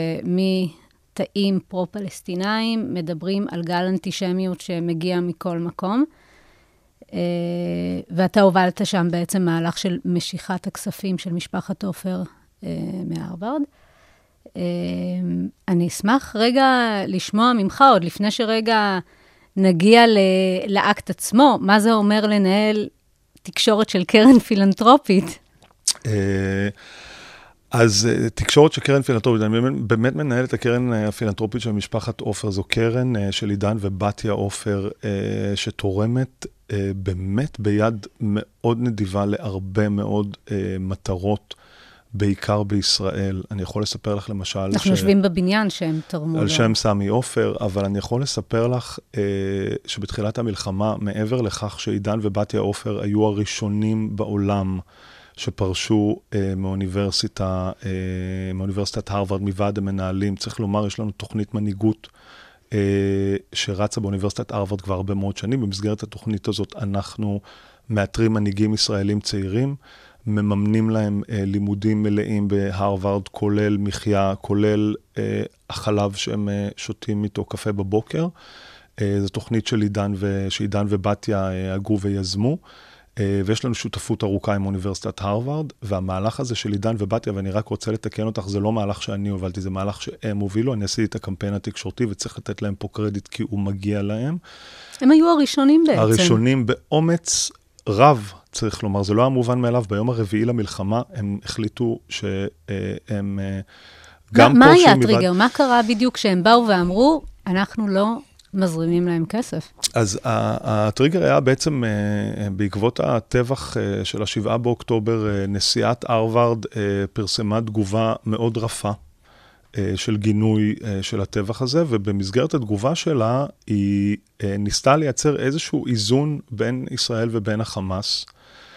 ומתאים פרו-פלסטינאים מדברים על גל אנטישמיות שמגיע מכל מקום, ואתה הובלת שם בעצם מהלך של משיכת הכספים של משפחת עופר מהרווארד. אני אשמח רגע לשמוע ממך, עוד לפני שרגע נגיע לאקט עצמו, מה זה אומר לנהל תקשורת של קרן פילנטרופית? אז תקשורת של קרן פילנטרופית, אני באמת מנהל את הקרן הפילנטרופית של משפחת עופר, זו קרן של עידן ובתיה עופר, שתורמת באמת ביד מאוד נדיבה להרבה מאוד מטרות בעיקר בישראל. אני יכול לספר לך למשל... אנחנו ש... יושבים בבניין שהם תרמו. על שם סמי עופר, אבל אני יכול לספר לך אה, שבתחילת המלחמה, מעבר לכך שעידן ובתיה עופר היו הראשונים בעולם שפרשו אה, מאוניברסיטה, אה, מאוניברסיטת הרווארד, מוועד המנהלים. צריך לומר, יש לנו תוכנית מנהיגות אה, שרצה באוניברסיטת הרווארד כבר הרבה מאוד שנים. במסגרת התוכנית הזאת אנחנו מאתרים מנהיגים ישראלים צעירים, מממנים להם אה, לימודים מלאים בהרווארד, כולל מחיה, כולל אה, החלב שהם אה, שותים איתו קפה בבוקר. אה, זו תוכנית של עידן, ו... שעידן ובתיה אה, הגו ויזמו, אה, ויש לנו שותפות ארוכה עם אוניברסיטת הרווארד, והמהלך הזה של עידן ובתיה, ואני רק רוצה לתקן אותך, זה לא מהלך שאני הובלתי, זה מהלך שהם הובילו, אני עשיתי את הקמפיין התקשורתי, וצריך לתת להם פה קרדיט כי הוא מגיע להם. הם היו הראשונים בעצם. הראשונים באומץ רב, צריך לומר, זה לא היה מובן מאליו, ביום הרביעי למלחמה הם החליטו שהם גם מה פורשים... מה היה הטריגר? מה קרה בדיוק שהם באו ואמרו, אנחנו לא מזרימים להם כסף? אז הטריגר היה בעצם בעקבות הטבח של השבעה באוקטובר, נשיאת הרווארד פרסמה תגובה מאוד רפה של גינוי של הטבח הזה, ובמסגרת התגובה שלה היא ניסתה לייצר איזשהו איזון בין ישראל ובין החמאס,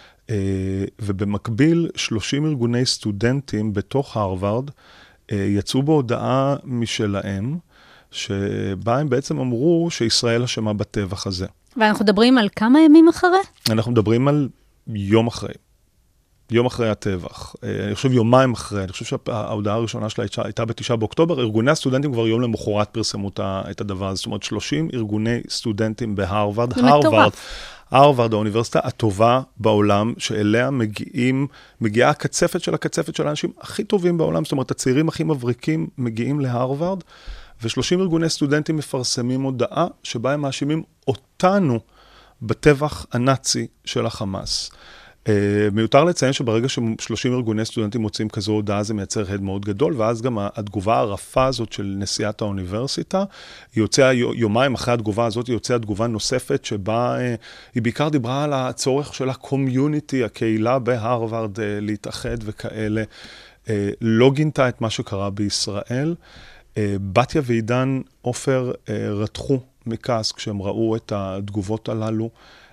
ובמקביל שלושים ארגוני סטודנטים בתוך הרווארד יצאו בהודעה משלהם, שבה הם בעצם אמרו שישראל אשמה בטבח הזה. ואנחנו מדברים על כמה ימים אחרי? אנחנו מדברים על יום אחרי. יום אחרי הטבח. אני חושב יומיים אחרי, אני חושב שההודעה הראשונה שלה הייתה בתשעה באוקטובר, ארגוני הסטודנטים כבר יום למחרת פרסמו את הדבר הזה, זאת אומרת שלושים ארגוני סטודנטים בהרווארד, זה מטורף. הרווארד, האוניברסיטה הטובה בעולם, שאליה מגיעים, מגיעה הקצפת של הקצפת של האנשים הכי טובים בעולם, זאת אומרת הצעירים הכי מבריקים מגיעים להרווארד, ו-שלושים ארגוני סטודנטים מפרסמים הודעה שבה הם מאשימים אותנו בטבח הנאצי של החמאס. Uh, מיותר לציין שברגע ש-שלושים ארגוני סטודנטים מוצאים כזו הודעה, זה מייצר הד מאוד גדול, ואז גם התגובה הרפה הזאת של נשיאת האוניברסיטה, היא יוצאה יומיים אחרי התגובה הזאת, היא יוצאה תגובה נוספת, שבה uh, היא בעיקר דיברה על הצורך של הקומיוניטי, הקהילה בהרווארד, uh, להתאחד וכאלה, uh, לא גינתה את מה שקרה בישראל. Uh, בתיה ועידן עופר uh, רתחו מכעס כשהם ראו את התגובות הללו,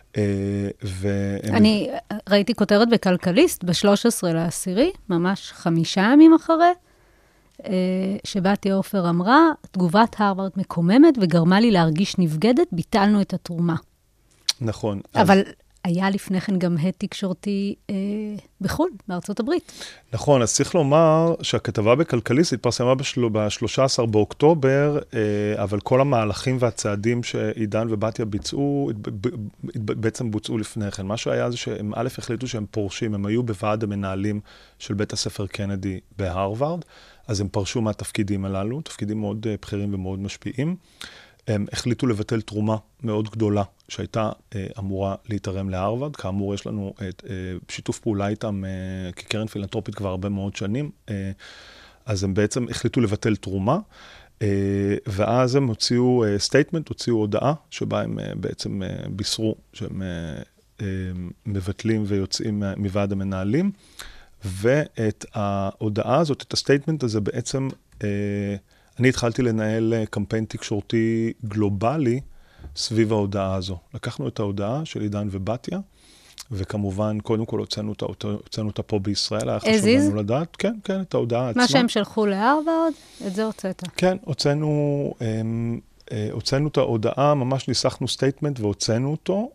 אני ראיתי כותרת בכלכליסט ב-שלושה עשר לעשירי, ממש חמישה ימים אחרי, שבתיה עופר אמרה, תגובת הרווארד מקוממת וגרמה לי להרגיש נבגדת, ביטלנו את התרומה. נכון. אבל היה לפני כן גם הד תקשורתי אה, בחו"ל, בארצות הברית. נכון, אז צריך לומר שהכתבה בכלכליסט התפרסמה ב-שלושה עשר באוקטובר, אה, אבל כל המהלכים והצעדים שעידן ובתיה ביצעו, בעצם בוצעו לפני כן. מה שהיה זה שהם א' החליטו שהם פורשים, הם היו בוועד המנהלים של בית הספר קנדי בהרווארד, אז הם פרשו מהתפקידים הללו, תפקידים מאוד בכירים ומאוד משפיעים. הם החליטו לבטל תרומה מאוד גדולה שהייתה אה, אמורה להתערם להרווארד. כאמור, יש לנו את אה, שיתוף פעולה איתם אה, כקרן פילנטרופית כבר הרבה מאוד שנים. אה, אז הם בעצם החליטו לבטל תרומה, אה, ואז הם הוציאו סטייטמנט, אה, הוציאו הודעה, שבה הם אה, בעצם אה, בישרו שהם אה, אה, מבטלים ויוצאים מוועד המנהלים, ואת ההודעה הזאת, את הסטייטמנט הזה בעצם... אה, אני התחלתי לנהל קמפיין תקשורתי גלובלי סביב ההודעה הזו. לקחנו את ההודעה של עידן ובתיה, וכמובן, קודם כל הוצאנו אותה, הוצאנו אותה פה בישראל, היה חשוב לנו לדעת. כן, כן, את ההודעה עצמה. מה שהם שלחו להרווארד, את זה הוצאת. כן, הוצאנו, הוצאנו את ההודעה, ממש ניסחנו סטייטמנט והוצאנו אותו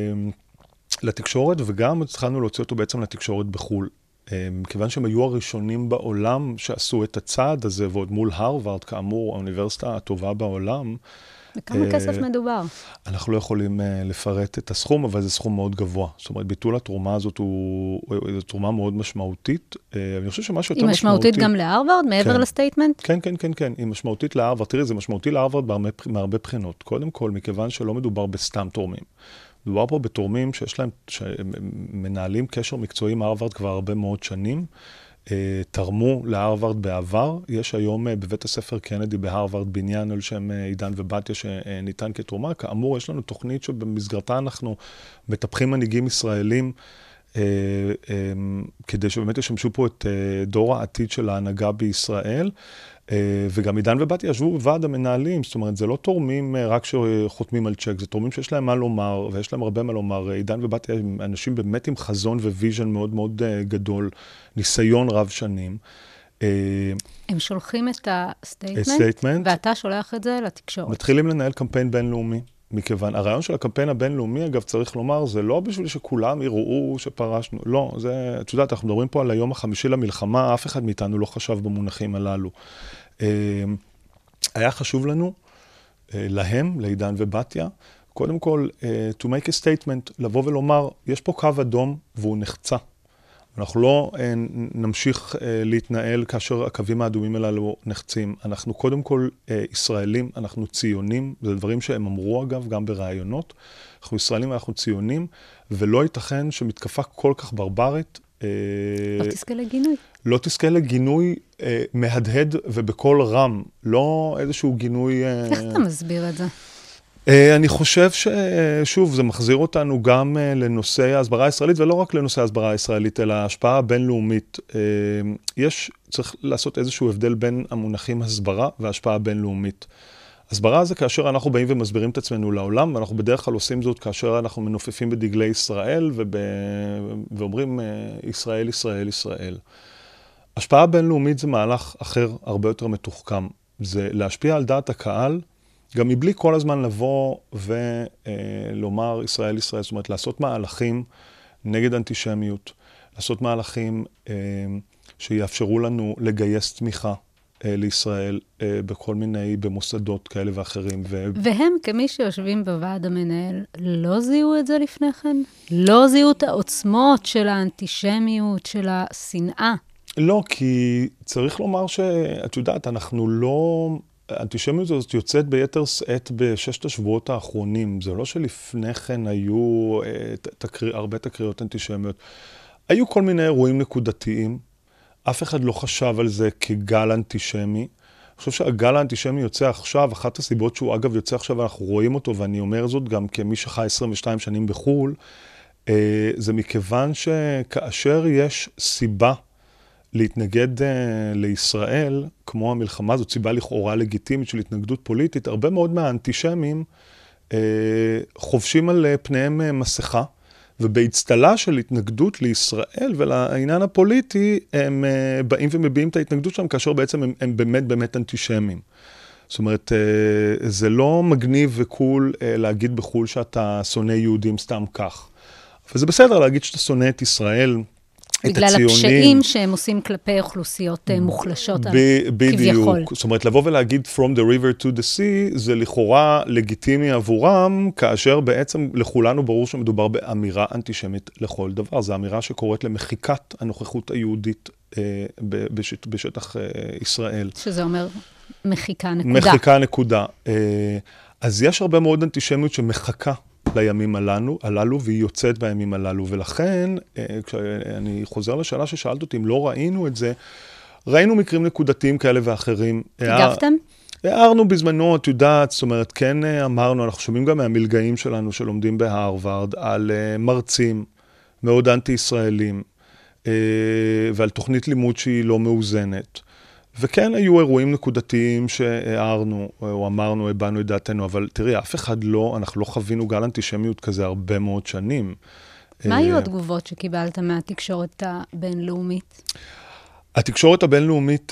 לתקשורת, וגם התחלנו להוציא אותו בעצם לתקשורת בחו"ל. מכיוון שהם היו הראשונים בעולם שעשו את הצעד הזה, ועוד מול הרווארד, כאמור, האוניברסיטה הטובה בעולם. וכמה כסף מדובר? אנחנו לא יכולים לפרט את הסכום, אבל זה סכום מאוד גבוה. זאת אומרת, ביטול התרומה הזאת הוא, זו תרומה מאוד משמעותית. אני חושב שמשהו יותר משמעותי... היא משמעותית גם להרווארד, מעבר לסטייטמנט? כן, כן, כן, כן. היא משמעותית להרווארד. תראי, זה משמעותי להרווארד מהרבה בחינות. קודם כל, מכיוון שלא מדובר בסתם תורמים. מדובר פה בתורמים שיש להם, שמנהלים קשר מקצועי עם הרווארד כבר הרבה מאוד שנים, תרמו להרווארד בעבר. יש היום בבית הספר קנדי בהרווארד בניין על שם עידן ובתיה שניתן כתרומה. כאמור, יש לנו תוכנית שבמסגרתה אנחנו מטפחים מנהיגים ישראלים כדי שבאמת ישמשו פה את דור העתיד של ההנהגה בישראל, וגם עידן ובתיה ישבו בוועד המנהלים, זאת אומרת, זה לא תורמים רק שחותמים על צ'ק, זה תורמים שיש להם מה לומר, ויש להם הרבה מה לומר. עידן ובתיה הם אנשים באמת עם חזון וויז'ן מאוד מאוד גדול, ניסיון רב שנים. הם שולחים את הסטייטמנט, ואתה שולח את זה לתקשורת. מתחילים לנהל קמפיין בינלאומי, מכיוון, הרעיון של הקמפיין הבינלאומי, אגב, צריך לומר, זה לא בשביל שכולם יראו שפרשנו, לא, זה, את יודעת, אנחנו מדברים פה על היום החמישי למלחמה, אף אחד מאיתנו לא חשב במונחים הללו. היה חשוב לנו, להם, לעידן ובתיה, קודם כל, to make a statement, לבוא ולומר, יש פה קו אדום והוא נחצה. אנחנו לא נמשיך להתנהל כאשר הקווים האדומים הללו נחצים. אנחנו קודם כל ישראלים, אנחנו ציונים, זה דברים שהם אמרו אגב, גם ברעיונות. אנחנו ישראלים, אנחנו ציונים, ולא ייתכן שמתקפה כל כך ברברית. לא תזכה לגינוי. לא תזכה לגינוי מהדהד ובכל רם, לא איזשהו גינוי... איך אתה מסביר את זה? אני חושב ששוב, זה מחזיר אותנו גם לנושא ההסברה הישראלית, ולא רק לנושא ההסברה הישראלית, אלא ההשפעה הבינלאומית. יש, צריך לעשות איזשהו הבדל בין המונחים הסברה וההשפעה הבינלאומית. הסברה זה כאשר אנחנו באים ומסבירים את עצמנו לעולם, ואנחנו בדרך כלל עושים זאת כאשר אנחנו מנופפים בדגלי ישראל, וב... ואומרים ישראל, ישראל, ישראל. השפעה בינלאומית זה מהלך אחר, הרבה יותר מתוחכם. זה להשפיע על דעת הקהל, גם מבלי כל הזמן לבוא ולומר ישראל, ישראל, זאת אומרת, לעשות מהלכים נגד אנטישמיות, לעשות מהלכים שיאפשרו לנו לגייס תמיכה לישראל בכל מיני, במוסדות כאלה ואחרים. ו... והם, כמי שיושבים בוועד המנהל, לא זיהו את זה לפני כן? לא זיהו את העוצמות של האנטישמיות, של השנאה? לא, כי צריך לומר שאת יודעת, אנחנו לא... האנטישמיות הזאת יוצאת ביתר שאת בששת השבועות האחרונים. זה לא שלפני כן היו תקריא, הרבה תקריות אנטישמיות. היו כל מיני אירועים נקודתיים. אף אחד לא חשב על זה כגל אנטישמי. אני חושב שהגל האנטישמי יוצא עכשיו, אחת הסיבות שהוא אגב יוצא עכשיו, אנחנו רואים אותו, ואני אומר זאת גם כמי שחי עשרים ושתיים שנים בחול, זה מכיוון שכאשר יש סיבה להתנגד uh, לישראל, כמו המלחמה, זאת סיבה לכאורה לגיטימית של התנגדות פוליטית, הרבה מאוד מהאנטישמים uh, חובשים על uh, פניהם uh, מסכה, ובהצטלה של התנגדות לישראל ולעניין הפוליטי, הם uh, באים ומביעים את ההתנגדות שלהם, כאשר בעצם הם, הם באמת באמת אנטישמים. זאת אומרת, uh, זה לא מגניב וקול uh, להגיד בחול שאתה שונא יהודים סתם כך. וזה בסדר להגיד שאתה שונא את ישראל, בגלל הקשיים שהם עושים כלפי אוכלוסיות מוחלשות כביכול. בדיוק. זאת אומרת, לבוא ולהגיד From the river to the sea, זה לכאורה לגיטימי עבורם, כאשר בעצם לכולנו ברור שמדובר באמירה אנטישמית לכל דבר. זו אמירה שקוראת למחיקת הנוכחות היהודית בשטח ישראל. שזה אומר מחיקה נקודה. מחיקה נקודה. אז יש הרבה מאוד אנטישמיות שמחקה לימים הללו, הללו, והיא יוצאת בימים הללו, ולכן, כשאני חוזר לשאלה ששאלת אותי, אם לא ראינו את זה, ראינו מקרים נקודתיים כאלה ואחרים. הגבתם? הערנו בזמנו, את יודעת, זאת אומרת, כן אמרנו, אנחנו שומעים גם מהמלגאים שלנו שלומדים בהרווארד, על מרצים מאוד אנטי-ישראלים, ועל תוכנית לימוד שהיא לא מאוזנת. וכן היו אירועים נקודתיים שהערנו, או אמרנו, הבנו את דעתנו, אבל תראי, אף אחד לא, אנחנו לא חווינו גל אנטישמיות כזה הרבה מאוד שנים. מה היו התגובות שקיבלת מהתקשורת הבינלאומית? התקשורת הבינלאומית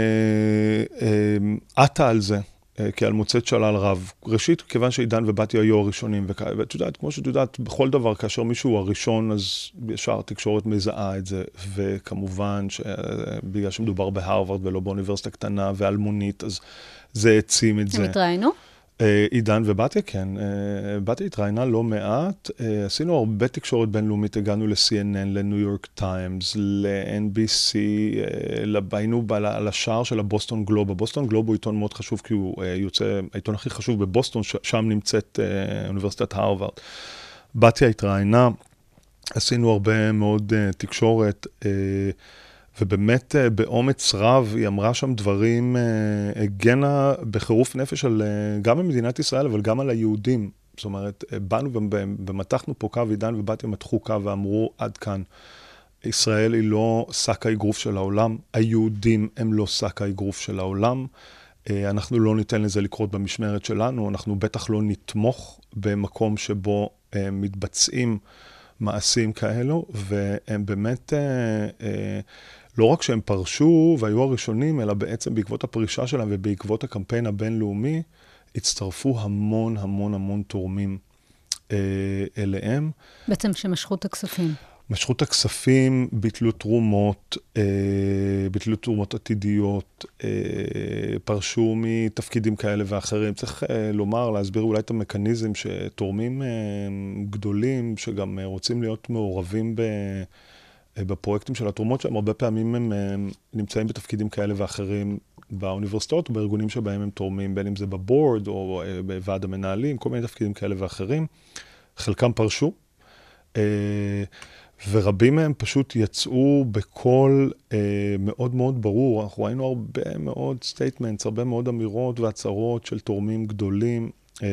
עטה על זה, כעל מוצאת שלל רב. ראשית, כיוון שעידן ובתיה היו הראשונים, ואת יודעת, כמו שאת יודעת, בכל דבר, כאשר מישהו הראשון, אז ישר התקשורת מזהה את זה, וכמובן, בגלל שמדובר בהרווארד ולא באוניברסיטה קטנה ואלמונית, אז זה העצים את זה. הם התראינו? עידן ובתיה, כן. בתיה התראיינה לא מעט. עשינו הרבה תקשורת בינלאומית, הגענו ל-סי אן אן, לניו יורק טיימס, ל-אן בי סי, היינו על השער של הבוסטון גלוב. הבוסטון גלוב הוא עיתון מאוד חשוב, כי הוא יוצא, העיתון הכי חשוב בבוסטון, שם נמצאת אוניברסיטת הרווארד. בתיה התראיינה, עשינו הרבה מאוד תקשורת, ובאמת באומץ רב היא אמרה שם דברים, הגנה בחירוף נפש על, גם במדינת ישראל, אבל גם על היהודים, זאת אומרת, באנו ומתחנו פה קו, עידן ובתיה מתחו קו ואמרו, עד כאן, ישראל היא לא שק האגרוף של העולם, היהודים הם לא שק האגרוף של העולם, אנחנו לא ניתן לזה לקרות במשמרת שלנו, אנחנו בטח לא נתמוך במקום שבו מתבצעים מעשים כאלו, והם באמת, לא רק שהם פרשו והיו הראשונים, אלא בעצם בעקבות הפרישה שלהם ובעקבות הקמפיין הבינלאומי, הצטרפו המון המון המון תורמים אליהם. בעצם שמשכו את הכספים. משכו את הכספים, ביטלו תרומות, ביטלו תרומות עתידיות, פרשו מתפקידים כאלה ואחרים. צריך לומר, להסביר אולי את המכניזם שתורמים גדולים, שגם רוצים להיות מעורבים בפרויקטים של התרומות, שהם הרבה פעמים הם נמצאים בתפקידים כאלה ואחרים באוניברסיטאות, או בארגונים שבהם הם תורמים, בין אם זה בבורד או בוועד המנהלים, כל מיני תפקידים כאלה ואחרים. חלקם פרשו. ורבים מהם פשוט יצאו בקול אה, מאוד מאוד ברור. אנחנו ראינו הרבה מאוד סטייטמנטס, הרבה מאוד אמירות והצהרות של תורמים גדולים, אה,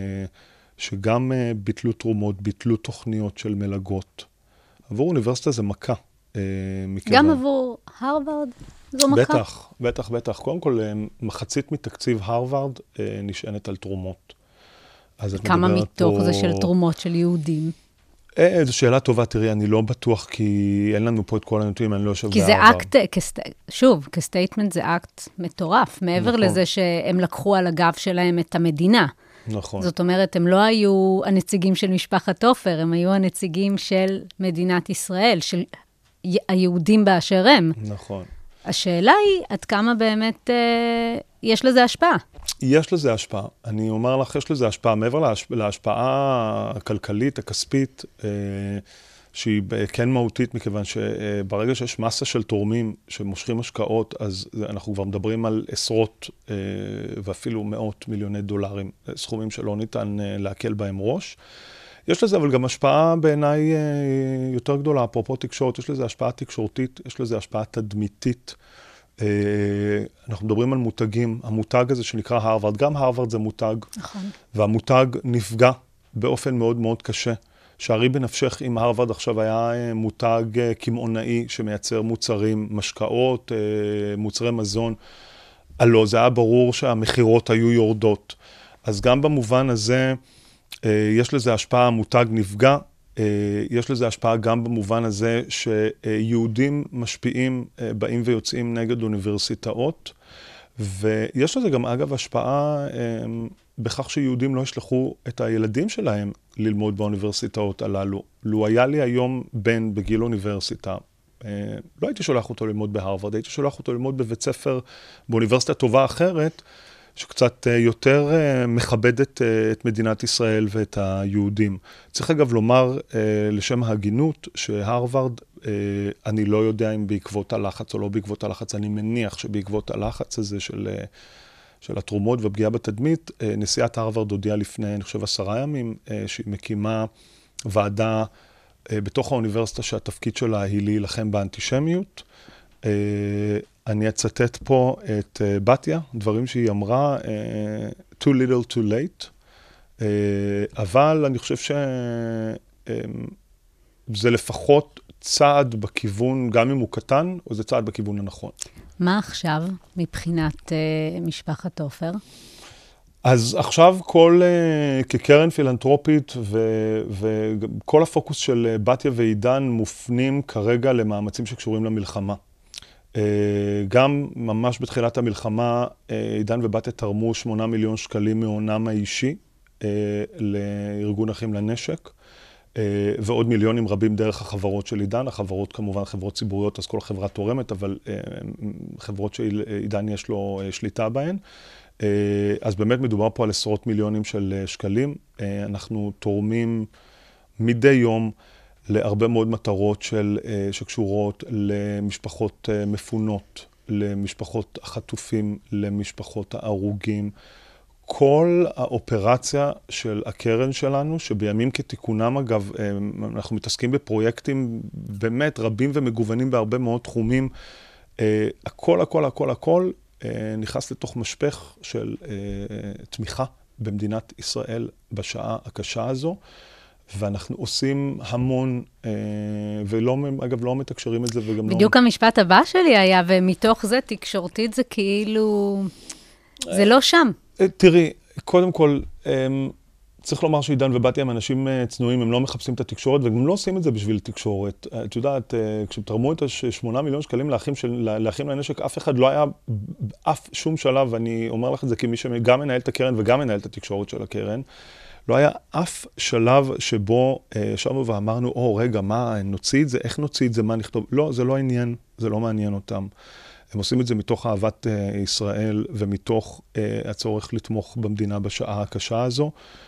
שגם אה, ביטלו תרומות, ביטלו תוכניות של מלגות. עבור אוניברסיטה זה מכה. אה, מכיוון... גם עבור הרווארד זו מכה? בטח, בטח, בטח. קודם כל, מחצית מתקציב הרווארד אה, נשענת על תרומות. כמה מתוך פה... זה של תרומות של יהודים? אה, זו שאלה טובה, תראי, אני לא בטוח, כי אין לנו פה את כל הנתונים, אני לא יושב בעבר. כי זה אקט, כסט... שוב, כסטייטמנט זה אקט מטורף, מעבר נכון. לזה שהם לקחו על הגב שלהם את המדינה. נכון. זאת אומרת, הם לא היו הנציגים של משפחת עופר, הם היו הנציגים של מדינת ישראל, של היהודים באשר הם. נכון. השאלה היא, עד כמה באמת אה, יש לזה השפעה? יש לזה השפעה. אני אומר לך, יש לזה השפעה. מעבר להשפ... להשפעה הכלכלית, הכספית, אה, שהיא כן מהותית, מכיוון שברגע שיש מסה של תורמים שמושכים השקעות, אז אנחנו כבר מדברים על עשרות אה, ואפילו מאות מיליוני דולרים, סכומים שלא ניתן אה, להקל בהם ראש. יש לזה אבל גם השפעה בעיניי אה, יותר גדולה, אפרופו תקשורת, יש לזה השפעה תקשורתית, יש לזה השפעה תדמיתית. Uh, אנחנו מדברים על מותגים, המותג הזה שנקרא הרווארד, גם הרווארד זה מותג, נכון. והמותג נפגע באופן מאוד מאוד קשה. שערי בנפשך אם הרווארד עכשיו היה מותג קמעונאי שמייצר מוצרים, משקאות, uh, מוצרי מזון, הלא, זה היה ברור שהמחירות היו יורדות. אז גם במובן הזה uh, יש לזה השפעה, המותג נפגע, יש לזה השפעה גם במובן הזה שיהודים משפיעים, באים ויוצאים נגד אוניברסיטאות, ויש לזה גם אגב השפעה בכך שיהודים לא ישלחו את הילדים שלהם ללמוד באוניברסיטאות הללו. לו היה לי היום בן בגיל אוניברסיטה, לא הייתי שולח אותו ללמוד בהרווארד, הייתי שולח אותו ללמוד בבית ספר באוניברסיטה טובה אחרת, שקצת יותר מכבדת את מדינת ישראל ואת היהודים. צריך אגב לומר לשם ההגינות שהרווארד, אני לא יודע אם בעקבות הלחץ או לא בעקבות הלחץ, אני מניח שבעקבות הלחץ הזה של, של התרומות והפגיעה בתדמית, נשיאת הרווארד הודיעה לפני, אני חושב, עשרה ימים, שהיא מקימה ועדה בתוך האוניברסיטה שהתפקיד שלה היא להילחם באנטישמיות. אני אצטט פה את בתיה, דברים שהיא אמרה, too little too late, אבל אני חושב שזה לפחות צעד בכיוון, גם אם הוא קטן, או זה צעד בכיוון הנכון. מה עכשיו מבחינת משפחת עופר? אז עכשיו כל, כקרן פילנטרופית, וכל הפוקוס של בתיה ועידן מופנים כרגע למאמצים שקשורים למלחמה. גם ממש בתחילת המלחמה, עידן ובתיה תרמו שמונה מיליון שקלים מהונם האישי לארגון אחים לנשק, ועוד מיליונים רבים דרך החברות של עידן. החברות כמובן חברות ציבוריות, אז כל חברה תורמת, אבל חברות שעידן יש לו שליטה בהן. אז באמת מדובר פה על עשרות מיליונים של שקלים. אנחנו תורמים מדי יום להרבה מאוד מטרות של, שקשורות למשפחות מפונות, למשפחות החטופים, למשפחות ההרוגים. כל האופרציה של הקרן שלנו, שבימים כתיקונם אגב, אנחנו מתעסקים בפרויקטים באמת רבים ומגוונים בהרבה מאוד תחומים. הכל, הכל, הכל, הכל נכנס לתוך משפך של תמיכה במדינת ישראל בשעה הקשה הזו, ואנחנו עושים המון, ולא, אגב, לא מתקשרים את זה וגם לא... בדיוק המשפט הבא שלי היה, ומתוך זה תקשורתית זה כאילו... זה לא שם. תראי, קודם כל, צריך לומר שעידן ובאתי הם אנשים צנועים, הם לא מחפשים את התקשורת, וגם לא עושים את זה בשביל תקשורת. את יודעת, כשתרמו את השמונה מיליון שקלים לאחים, של, לאחים לנשק, אף אחד לא היה, אף שום שלב, ואני אומר לך את זה כמי שגם מנהל את הקרן וגם מנהל את התקשורת של הקרן, לא היה אף שלב שבו ישבנו ואמרנו, או רגע, מה, נוציא את זה, איך נוציא את זה, מה נכתוב? לא, זה לא עניין, זה לא מעניין אותם. הם עושים את זה מתוך אהבת ישראל ומתוך הצורך לתמוך במדינה בשעה הקשה הזו.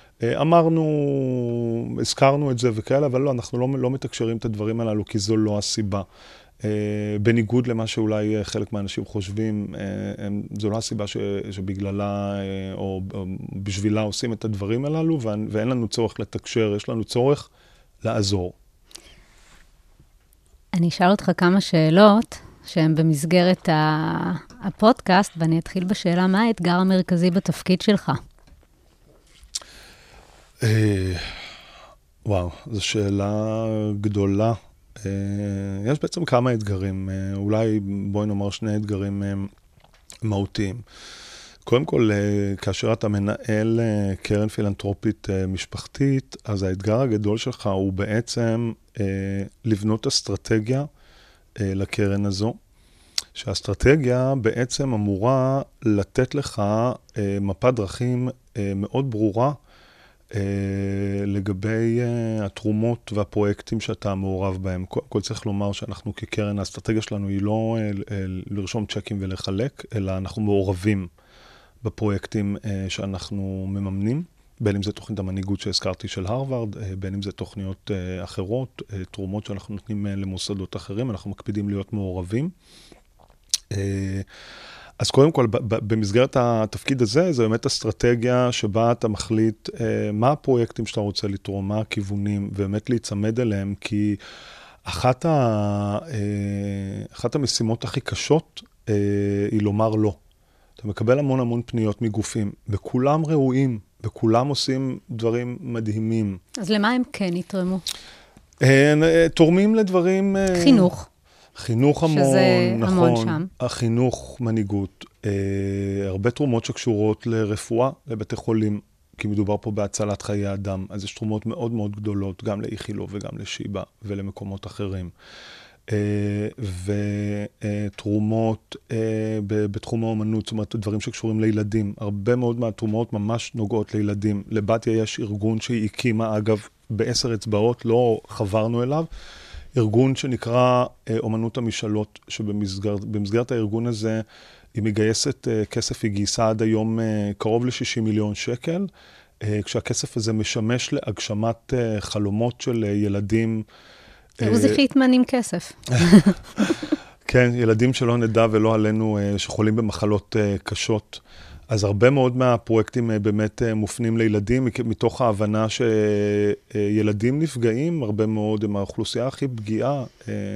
אמרנו, הזכרנו את זה וכאלה, אבל לא, אנחנו לא, לא מתקשרים את הדברים הללו, כי זו לא הסיבה. בניגוד למה שאולי חלק מהאנשים חושבים, זו לא הסיבה ש, שבגללה או, או בשבילה עושים את הדברים הללו, ואין לנו צורך לתקשר, יש לנו צורך לעזור. אני אשאל אותך כמה שאלות שהן במסגרת הפודקאסט, ואני אתחיל בשאלה, מה האתגר המרכזי בתפקיד שלך? וואו, זו שאלה גדולה. יש בעצם כמה אתגרים, אולי בואי נאמר שני אתגרים מהותיים. קודם כל, כאשר אתה מנהל קרן פילנטרופית משפחתית, אז האתגר הגדול שלך הוא בעצם לבנות אסטרטגיה לקרן הזו, שהאסטרטגיה בעצם אמורה לתת לך מפת דרכים מאוד ברורה, לגבי התרומות והפרויקטים שאתה מעורב בהם. כל צריך לומר שאנחנו כקרן, האסטרטגיה שלנו היא לא לרשום צ'קים ולחלק, אלא אנחנו מעורבים בפרויקטים שאנחנו מממנים, בין אם זה תוכנית המנהיגות שהזכרתי של הרווארד, בין אם זה תוכניות אחרות, תרומות שאנחנו נותנים למוסדות אחרים, אנחנו מקפידים להיות מעורבים. אז קודם כל, במסגרת התפקיד הזה, זו באמת אסטרטגיה שבה אתה מחליט מה הפרויקטים שאתה רוצה לתרום, מה הכיוונים, ובאמת להיצמד אליהם, כי אחת, ה, אחת המשימות הכי קשות היא לומר לא. אתה מקבל המון המון פניות מגופים, וכולם ראויים, וכולם עושים דברים מדהימים. אז למה הם כן יתרמו? תורמים לדברים... חינוך. חינוך המון, שזה נכון, המון שם. החינוך, מנהיגות, אה, הרבה תרומות שקשורות לרפואה, לבתי חולים, כי מדובר פה בהצלת חיי אדם, אז יש תרומות מאוד מאוד גדולות, גם לאיכילוב וגם לשיבא ולמקומות אחרים. אה, ותרומות אה, בתחום האומנות, זאת אומרת, דברים שקשורים לילדים, הרבה מאוד מהתרומות ממש נוגעות לילדים. לבתיה יש ארגון שהיא הקימה, אגב, בעשר אצבעות, לא חברנו אליו, ארגון שנקרא אומנות המשאלות, שבמסגרת הארגון הזה היא מגייסת כסף, היא גייסה עד היום קרוב ל-שישים מיליון שקל, כשהכסף הזה משמש להגשמת חלומות של ילדים. עוזי חיטמן עם כסף. כן, ילדים שלא נדע ולא עלינו, שחולים במחלות קשות. אז הרבה מאוד מהפרויקטים באמת מופנים לילדים, מתוך ההבנה שילדים נפגעים, הרבה מאוד הם האוכלוסייה הכי פגיעה,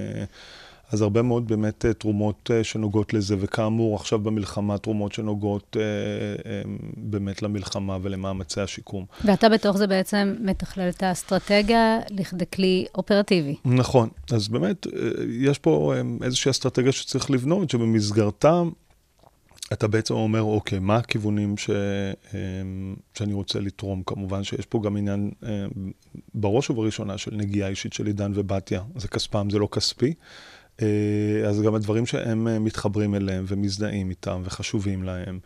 אז הרבה מאוד באמת תרומות שנוגעות לזה, וכאמור עכשיו במלחמה תרומות שנוגעות באמת למלחמה ולמאמצי השיקום. ואתה בתוך זה בעצם מתכלל את האסטרטגיה לכדי כלי אופרטיבי. נכון, אז באמת יש פה איזושהי אסטרטגיה שצריך לבנות, שבמסגרתם, אתה בעצם אומר, אוקיי, מה הכיוונים ש... שאני רוצה לתרום? כמובן שיש פה גם עניין בראש ובראשונה של נגיעה אישית של עידן ובתיה. זה כספם, זה לא כספי. אז גם הדברים שהם מתחברים אליהם ומזדהים איתם וחשובים להם.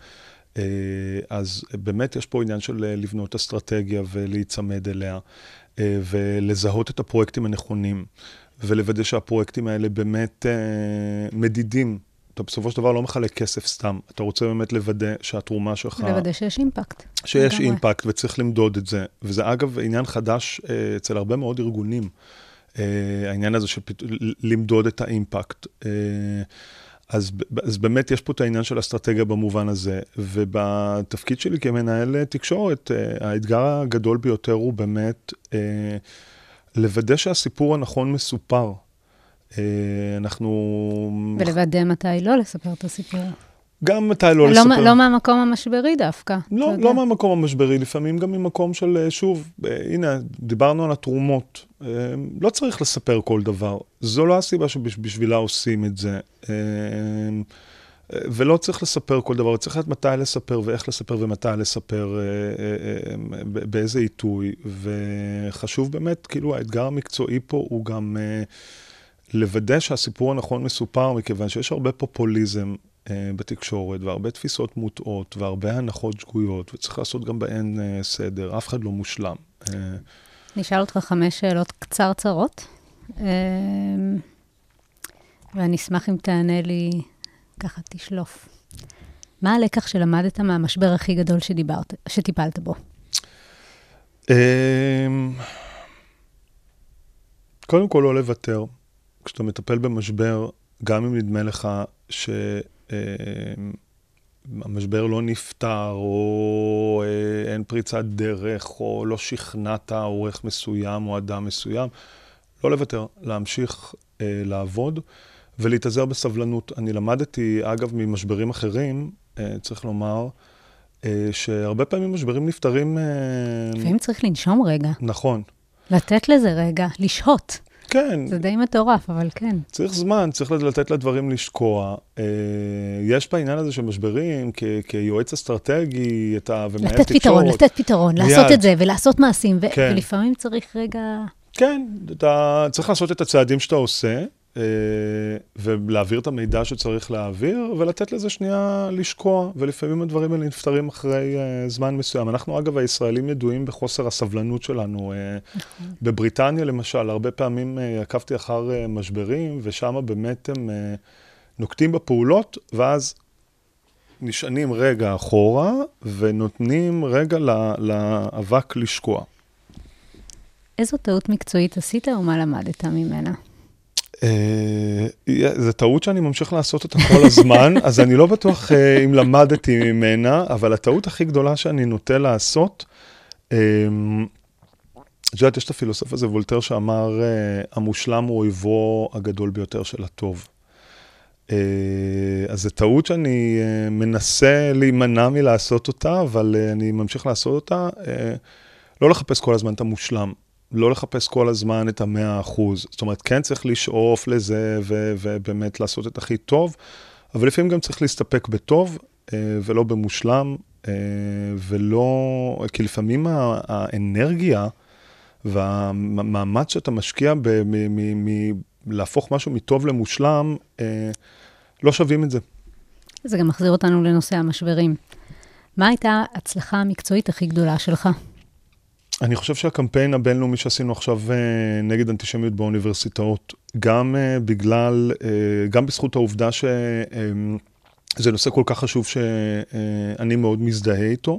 אז באמת יש פה עניין של לבנות אסטרטגיה ולהיצמד אליה, ולזהות את הפרויקטים הנכונים, ולוודא שהפרויקטים האלה באמת מדידים. אתה בסופו של דבר לא מחלק כסף סתם. אתה רוצה באמת לוודא שהתרומה שלך... לוודא שיש אימפקט. שיש אימפקט, וצריך למדוד את זה. וזה אגב עניין חדש אצל הרבה מאוד ארגונים. העניין הזה של למדוד את האימפקט. אז, אז באמת יש פה את העניין של אסטרטגיה במובן הזה. ובתפקיד שלי כמנהל תקשורת, האתגר הגדול ביותר הוא באמת לוודא שהסיפור הנכון מסופר. אנחנו... ולוודא מתי לא לספר את הסיפור. גם מתי לא לא, לספר. לא מהמקום המשברי דווקא. לא, לא מהמקום המשברי, לפעמים גם ממקום של, שוב, הנה, דיברנו על התרומות. לא צריך לספר כל דבר. זו לא הסיבה שבשבילה עושים את זה. ולא צריך לספר כל דבר, צריך לדעת מתי לספר ואיך לספר ומתי לספר, באיזה עיתוי. וחשוב באמת, כאילו, האתגר המקצועי פה הוא גם לוודא שהסיפור הנכון מסופר, מכיוון שיש הרבה פופוליזם בתקשורת, והרבה תפיסות מוטעות, והרבה הנחות שגויות, וצריך לעשות גם בהן סדר. אף אחד לא מושלם. נשאל אותך חמש שאלות קצרצרות, ואני אשמח אם תענה לי ככה, תשלוף. מה הלקח שלמדת מהמשבר הכי גדול שדיברת, שטיפלת בו? קודם כל לא לוותר. כשאתה מטפל במשבר, גם אם נדמה לך שהמשבר לא נפתר, או אין פריצת דרך, או לא שכנעת עורך מסוים או אדם מסוים, לא לוותר, להמשיך לעבוד ולהתאזר בסבלנות. אני למדתי, אגב, ממשברים אחרים, צריך לומר, שהרבה פעמים משברים נפתרים... לפעמים צריך לנשום רגע. נכון. לתת לזה רגע, לשהות. כן. זה די מטורף, אבל כן. צריך זמן, צריך לתת לדברים לשקוע. יש בעניין הזה של משברים, כיועץ אסטרטגי, אתה ומנהל תקשורת. לתת פתרון, לתת פתרון, לעשות את זה, ולעשות מעשים, ולפעמים צריך רגע... כן, אתה צריך לעשות את הצעדים שאתה עושה, ולהעביר את המידע שצריך להעביר, ולתת לזה שנייה לשקוע, ולפעמים הדברים האלה נפתרים אחרי זמן מסוים. אנחנו, אגב, הישראלים ידועים בחוסר הסבלנות שלנו. בבריטניה, למשל, הרבה פעמים עקבתי אחר משברים, ושם באמת הם נוקטים בפעולות, ואז נשענים רגע אחורה, ונותנים רגע לאבק לשקוע. איזו טעות מקצועית עשית, או מה למדת ממנה? זו טעות שאני ממשיך לעשות אותה כל הזמן, אז אני לא בטוח אם למדתי ממנה, אבל הטעות הכי גדולה שאני נוטה לעשות, את יודעת, יש את הפילוסוף הזה, וולטר, שאמר, המושלם הוא אויבו הגדול ביותר של הטוב. אז זו טעות שאני מנסה להימנע מלעשות אותה, אבל אני ממשיך לעשות אותה, לא לחפש כל הזמן את המושלם. לא לחפש כל הזמן את המאה אחוז. זאת אומרת, כן צריך לשאוף לזה ו- ובאמת לעשות את הכי טוב, אבל לפעמים גם צריך להסתפק בטוב ולא במושלם, ולא, כי לפעמים האנרגיה והמאמץ שאתה משקיע ב- מ- מ- להפוך משהו מטוב למושלם, לא שווים את זה. זה גם מחזיר אותנו לנושא המשברים. מה הייתה ההצלחה המקצועית הכי גדולה שלך? אני חושב שהקמפיין הבינלאומי שעשינו עכשיו נגד אנטישמיות באוניברסיטאות, גם בגלל, גם בזכות העובדה שזה נושא כל כך חשוב שאני מאוד מזדהה איתו,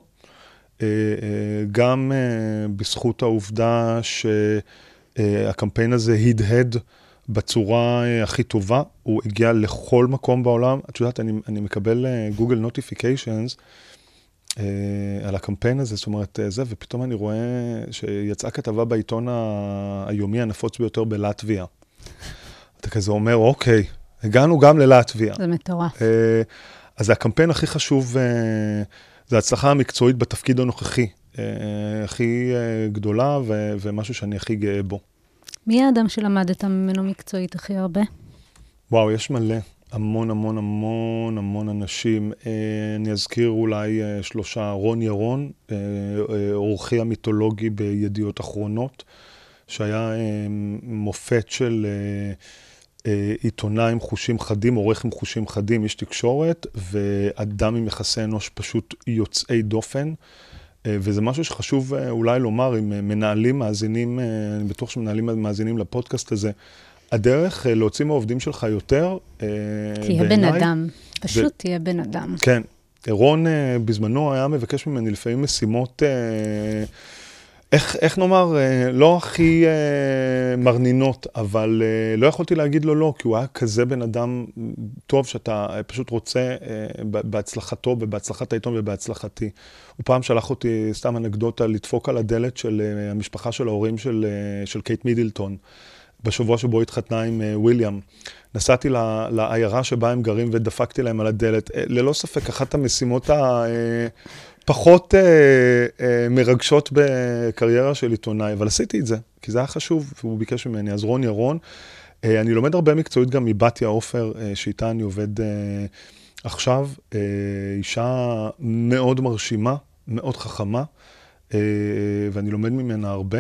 גם בזכות העובדה שהקמפיין הזה הדהד בצורה הכי טובה, הוא הגיע לכל מקום בעולם. את יודעת, אני, אני מקבל גוגל נוטיפיקיישנס, על הקמפיין הזה, זאת אומרת, זה, ופתאום אני רואה שיצאה כתבה בעיתון היומי הנפוץ ביותר בלטביה. אתה כזה אומר, אוקיי, הגענו גם ללטביה. זה מטורף. אז הקמפיין הכי חשוב, זה ההצלחה המקצועית בתפקיד הנוכחי, הכי גדולה, ומשהו שאני הכי גאה בו. מי האדם שלמדת ממנו מקצועית הכי הרבה? וואו, יש מלא. המון, המון, המון, המון אנשים. אני אזכיר אולי שלושה, רון ירון, אורחי המיתולוגי בידיעות אחרונות, שהיה מופת של עיתונאי עם חושים חדים, עורך עם חושים חדים, איש תקשורת, ואדם עם יחסי אנוש פשוט יוצאי דופן. וזה משהו שחשוב אולי לומר, אם מנהלים מאזינים, אני בטוח שמנהלים מאזינים לפודקאסט הזה, הדרך להוציא מהעובדים שלך יותר, תהיה בן אדם, פשוט תהיה בן אדם. כן, רון בזמנו היה מבקש ממני לפעמים משימות, איך נאמר, לא הכי מרנינות, אבל לא יכולתי להגיד לו לא, כי הוא היה כזה בן אדם טוב, שאתה פשוט רוצה בהצלחתו ובהצלחת העיתון ובהצלחתי. הוא פעם שלח אותי, סתם אנקדוטה, לדפוק על הדלת של המשפחה של ההורים של קייט מידלטון, בשבוע שבו התחתנה עם וויליאם. נסעתי לעיירה שבה הם גרים ודפקתי להם על הדלת. ללא ספק, אחת המשימות הפחות מרגשות בקריירה של עיתונאי, אבל עשיתי את זה, כי זה היה חשוב, והוא ביקש ממני. אז רון ירון, אני לומד הרבה מקצועית גם מבתיה עופר, שאיתה אני עובד עכשיו, אישה מאוד מרשימה, מאוד חכמה, ואני לומד ממנה הרבה.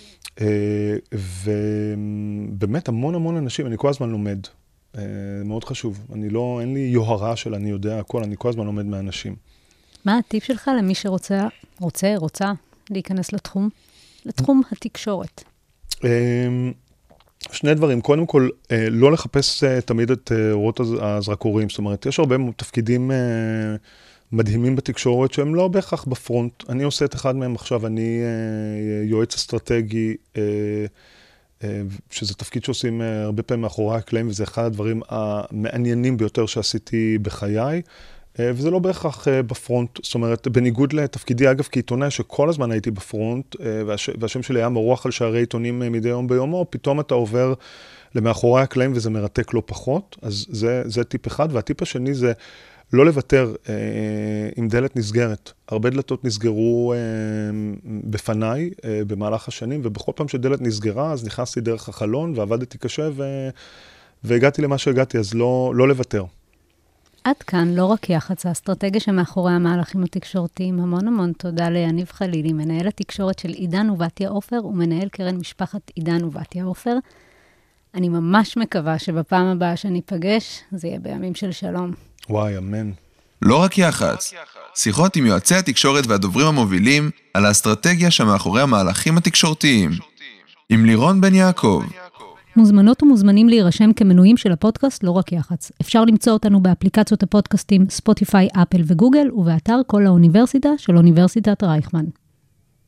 ובאמת המון המון אנשים, אני כל הזמן לומד, מאוד חשוב. אני לא, אין לי יוהרה של אני יודע הכל, אני כל הזמן לומד מאנשים. מה הטיפ שלך למי שרוצה, רוצה, רוצה להיכנס לתחום? לתחום התקשורת. שני דברים. קודם כל, לא לחפש תמיד את אורות הזרקורים. זאת אומרת, יש הרבה תפקידים מדהימים בתקשורת שהם לא בהכרח בפרונט. אני עושה את אחד מהם עכשיו, אני יועץ אסטרטגי, שזה תפקיד שעושים הרבה פעמים מאחורי הקלעים, וזה אחד הדברים המעניינים ביותר שעשיתי בחיי, וזה לא בהכרח בפרונט. זאת אומרת, בניגוד לתפקידי, אגב, כעיתונאי, שכל הזמן הייתי בפרונט, והשם שלי היה מרוח על שערי עיתונים מדי יום ביומו, פתאום אתה עובר למאחורי הקלעים, וזה מרתק לא פחות. אז זה, זה טיפ אחד, והטיפ השני זה לא לוותר אה, עם דלת נסגרת. הרבה דלתות נסגרו אה, בפניי אה, במהלך השנים, ובכל פעם שדלת נסגרה, אז נכנסתי דרך החלון, ועבדתי קשה, ו... והגעתי למה שהגעתי, אז לא, לא לוותר. עד כאן לא רק יח"צ, האסטרטגיה שמאחורי המהלכים התקשורתיים. המון המון תודה ליניב חלילי, מנהל התקשורת של עידן ובתיה עופר, ומנהל קרן משפחת עידן ובתיה עופר. אני ממש מקווה שבפעם הבאה שאני אפגש, זה יהיה בימים של שלום. וואי, אמן. לא רק יח"צ, שיחות עם יועצי התקשורת והדוברים המובילים על האסטרטגיה שמאחורי המהלכים התקשורתיים. עם לירון בן יעקב. מוזמנות ומוזמנים להירשם כמנויים של הפודקאסט לא רק יח"צ. אפשר למצוא אותנו באפליקציות הפודקאסטים ספוטיפיי, אפל וגוגל, ובאתר כל האוניברסיטה של אוניברסיטת רייכמן.